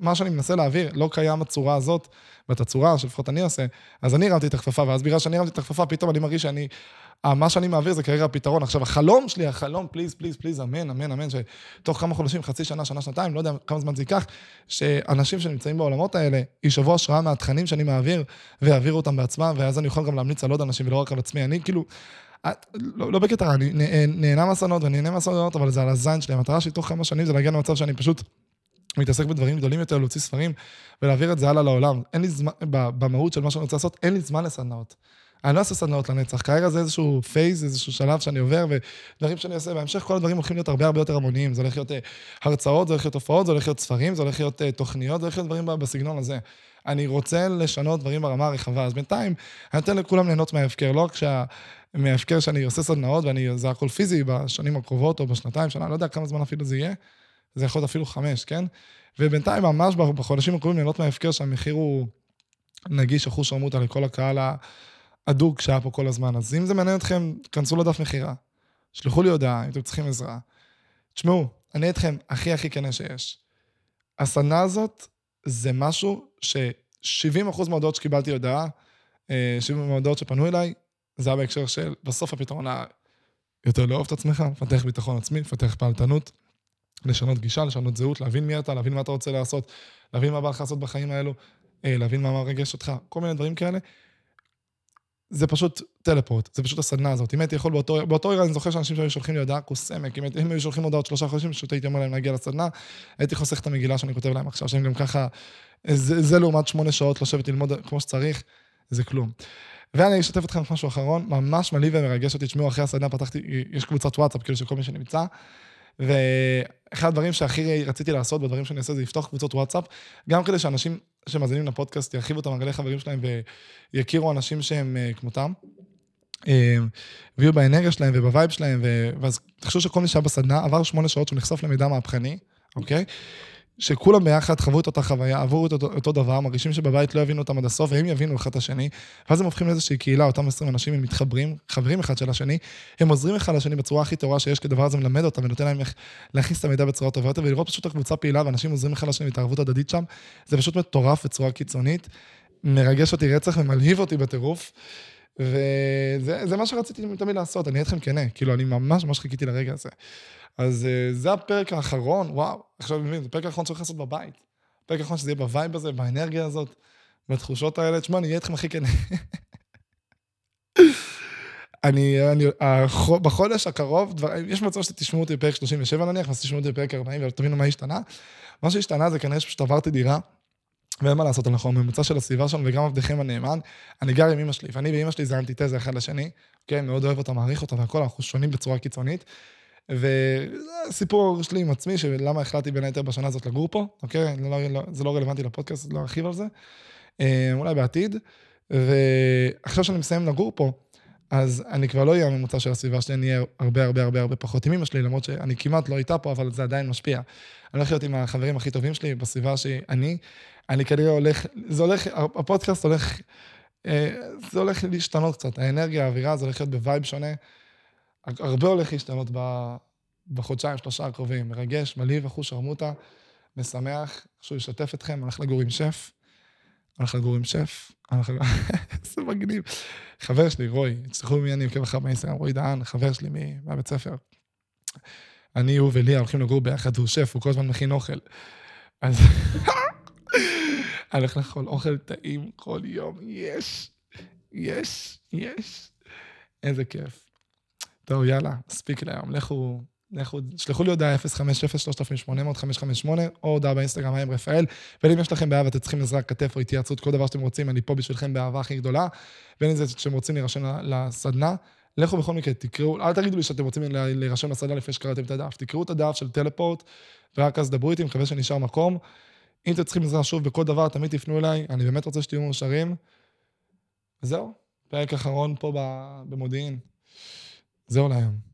מה שאני מנסה להעביר, לא קיים הצורה הזאת, ואת הצורה שלפחות אני עושה, אז אני הרמתי את הכפפה, ואז בגלל שאני הרמתי את הכפפה, פתאום אני מרגיש שאני, מה שאני מעביר זה כרגע הפתרון. עכשיו, החלום שלי, החלום, פליז, פליז, פליז, אמן, אמן, אמן, שתוך כמה חודשים, חצי שנה, שנה, שנתיים, לא יודע כמה זמן זה ייקח, שאנשים שנמצאים בעולמות האלה, יישבו השראה מהתכנים שאני מעביר, ויעבירו אותם בעצמם, ואז אני יכול גם להמליץ על עוד אנשים ולא רק על עצמי. אני כאילו, לא, לא בקטע, אני נהנה מהסדנאות ואני נהנה מהסדנאות, אבל זה על הזין שלי. המטרה שלי תוך כמה שנים זה להגיע למצב שאני פשוט מתעסק בדברים גדולים יותר, להוציא ספרים ולהעביר את זה הלאה לעולם. אין לי זמן, במהות של מה שאני רוצה לעשות, אין לי זמן לסדנאות. אני לא אעשה סדנאות לנצח. כרגע זה איזשהו פייז, איזשהו שלב שאני עובר, ודברים שאני עושה, בהמשך כל הדברים הולכים להיות הרבה הרבה יותר המוניים. זה הולך להיות הרצאות, זה הולך להיות הופעות, זה הולך להיות ספרים, זה הולך להיות תוכניות, זה הולך להיות דברים בסגנון הזה. אני רוצה לשנות דברים ברמה הרחבה. אז בינתיים, אני נותן לכולם ליהנות מההפקר, לא רק שה... מההפקר שאני עושה סדנאות, ואני, זה הכל פיזי בשנים הקרובות, או בשנתיים, שנה, לא יודע כמה זמן אפילו זה יהיה, זה יכול להיות אפילו חמש, כן? ובינתיים, ממש בחודשים הקרובים, ליהנות מההפקר שהמחיר הוא נגיש, אחוז שרמוטה לכל הקהל הדוק שהיה פה כל הזמן. אז אם זה מעניין אתכם, כנסו לדף מחירה, שלחו לי הודעה, אם אתם צריכים עזרה. תשמעו, אני אתכם הכי הכי כנה שיש. הסדנה הזאת, זה משהו ש-שבעים אחוז מההודעות שקיבלתי הודעה, שבעים אחוז מההודעות שפנו אליי, זה היה בהקשר של, בסוף הפתרון היה יותר לאהוב את עצמך, לפתח ביטחון עצמי, לפתח פעלתנות, לשנות גישה, לשנות זהות, להבין מי אתה, להבין מה אתה רוצה לעשות, להבין מה בא לך לעשות בחיים האלו, להבין מה מרגש אותך, כל מיני דברים כאלה. זה פשוט טלפורט, זה פשוט הסדנה הזאת. אם הייתי יכול באותו, באותו רגע, אני זוכר שאנשים שהיו שולחים לי הודעה קוסמק, אם, אם היו שולחים הודעות שלושה חודשים, פשוט הייתי אומר להם להגיע לסדנה, הייתי חוסך את המגילה שאני כותב להם עכשיו, שהם גם ככה, זה, זה לעומת שמונה שעות לשבת ללמוד כמו שצריך, זה כלום. ואני אשתף אתכם משהו אחרון, ממש מלא ומרגש אותי, תשמעו, אחרי הסדנה פתחתי, יש קבוצת וואטסאפ, כאילו שכל מי שנמצא, ואחד הדברים שהכי רציתי לעשות, בדברים שאני אעשה, זה לפתוח קבוצות וואטסאפ, גם כדי שאנשים שמאזינים לפודקאסט ירחיבו את המעגלי חברים שלהם, ויכירו אנשים שהם כמותם, ויהיו באנרגיה שלהם ובווייב שלהם, ואז תחשוב שכל מי שהיה בסדנה, עבר שמונה שעות שהוא נחשף למידע מהפכני, אוקיי? שכולם ביחד חוו את אותה חוויה, עברו את אותו, אותו דבר, מרגישים שבבית לא יבינו אותם עד הסוף, והם יבינו אחד את השני, ואז הם הופכים לאיזושהי קהילה, אותם עשרים אנשים, הם מתחברים, חברים אחד של השני, הם עוזרים אחד לשני בצורה הכי טובה שיש, כדבר הזה מלמד אותם, ונותן להם איך להכניס את המידע בצורה טובה יותר, ולראות פשוט הקבוצה פעילה, ואנשים עוזרים אחד לשני, התערבות הדדית שם, זה פשוט מטורף בצורה קיצונית, מרגש אותי רצח ומלהיב אותי בטירוף, וזה, זה מה שרציתי תמיד לעשות, אני אתכם כנה, כאילו, אני ממש ממש חיכיתי לרגע הזה. אז זה הפרק האחרון, וואו, עכשיו אני מבין, זה פרק האחרון שצריך לעשות בבית. פרק האחרון שזה יהיה בווייב הזה, באנרגיה הזאת, בתחושות האלה. תשמע, אני אהיה איתכם הכי כנה. אני, אני, בחודש הקרוב, דבר, יש מצב שתשמעו אותי בפרק שלושים ושבע נניח, אז תשמעו אותי בפרק ארבעים, ותבינו מה השתנה. מה שהשתנה זה כנראה שפשוט עברתי דירה, ואין מה לעשות, אנחנו ממוצע של הסביבה שלנו, וגם עבדיכם הנאמן. אני גר עם אמא שלי, ואני ואמא שלי זה אנטיתזה אחד לשני, אוקיי? מאוד אוהב אותה, מעריך אותה, והכל, אנחנו שונים בצורה קיצונית. וסיפור שלי עם עצמי, שלמה החלטתי בין היתר בשנה הזאת לגור פה, אוקיי? לא, לא, זה לא רלוונטי לפודקאסט, לא ארחיב על זה. אולי בעתיד. ועכשיו שאני מסיים לגור פה, אז אני כבר לא אהיה הממוצע של הסביבה שלי, אני אהיה הרבה הרבה הרבה הרבה פחות עם אמא שלי, למרות שאני כמעט לא איתה פה, אבל זה עדיין משפיע. אני הולך להיות עם החברים הכי טובים שלי בסביבה שאני, אני כנראה הולך, זה הולך, הפודקאסט הולך, זה הולך להשתנות קצת, האנרגיה, האווירה, זה הולך להיות בווייב שונה, הרבה הולך להשתנות בחודשיים, שלושה הקרובים, מרגש, מלהיב, אחוז שרמוטה, משמח, שהוא ישתף אתכם, הולך לגור עם שף, הולך לגור עם שף, זה מגניב. חבר שלי, רוי, תצטרכו מי אני עוקב אחר באינסטגרם, רוי דהן, חבר שלי מהבית ספר. אני, הוא וליה הולכים לגור ביחד, הוא שף, הוא כל הזמן מכין אוכל. אז אני הולך לאכול אוכל טעים כל יום, יש, יש, יש. איזה כיף. טוב, יאללה, מספיק להיום. לכו, לכו, שלחו לי הודעה אפס חמש אפס שלוש שמונה אפס אפס חמש חמש שמונה, או הודעה באינסטגרם, עם רפאל, ואם יש לכם באהבה, אתם צריכים עזרה כתף או התייעצות, כל דבר שאתם רוצים, אני פה בשבילכם באהבה הכי גדולה, ואין את זה שאתם רוצים להירשם לסדנה, לכו בכל מקרה, תקראו, אל תגידו לי שאתם רוצים להירשם לסדנה לפני שקראתם את הדף, תקראו את הדף של טלפורט, ורק אז דברו איתי, מקווה שנשאר מקום. אם אתם צריכים עזרה שוב בכל דבר, תמיד תפנו אליי, אני באמת רוצה שתהיו מאושרים. וזהו, פרק אחרון פה במודיעין. זהו להיום.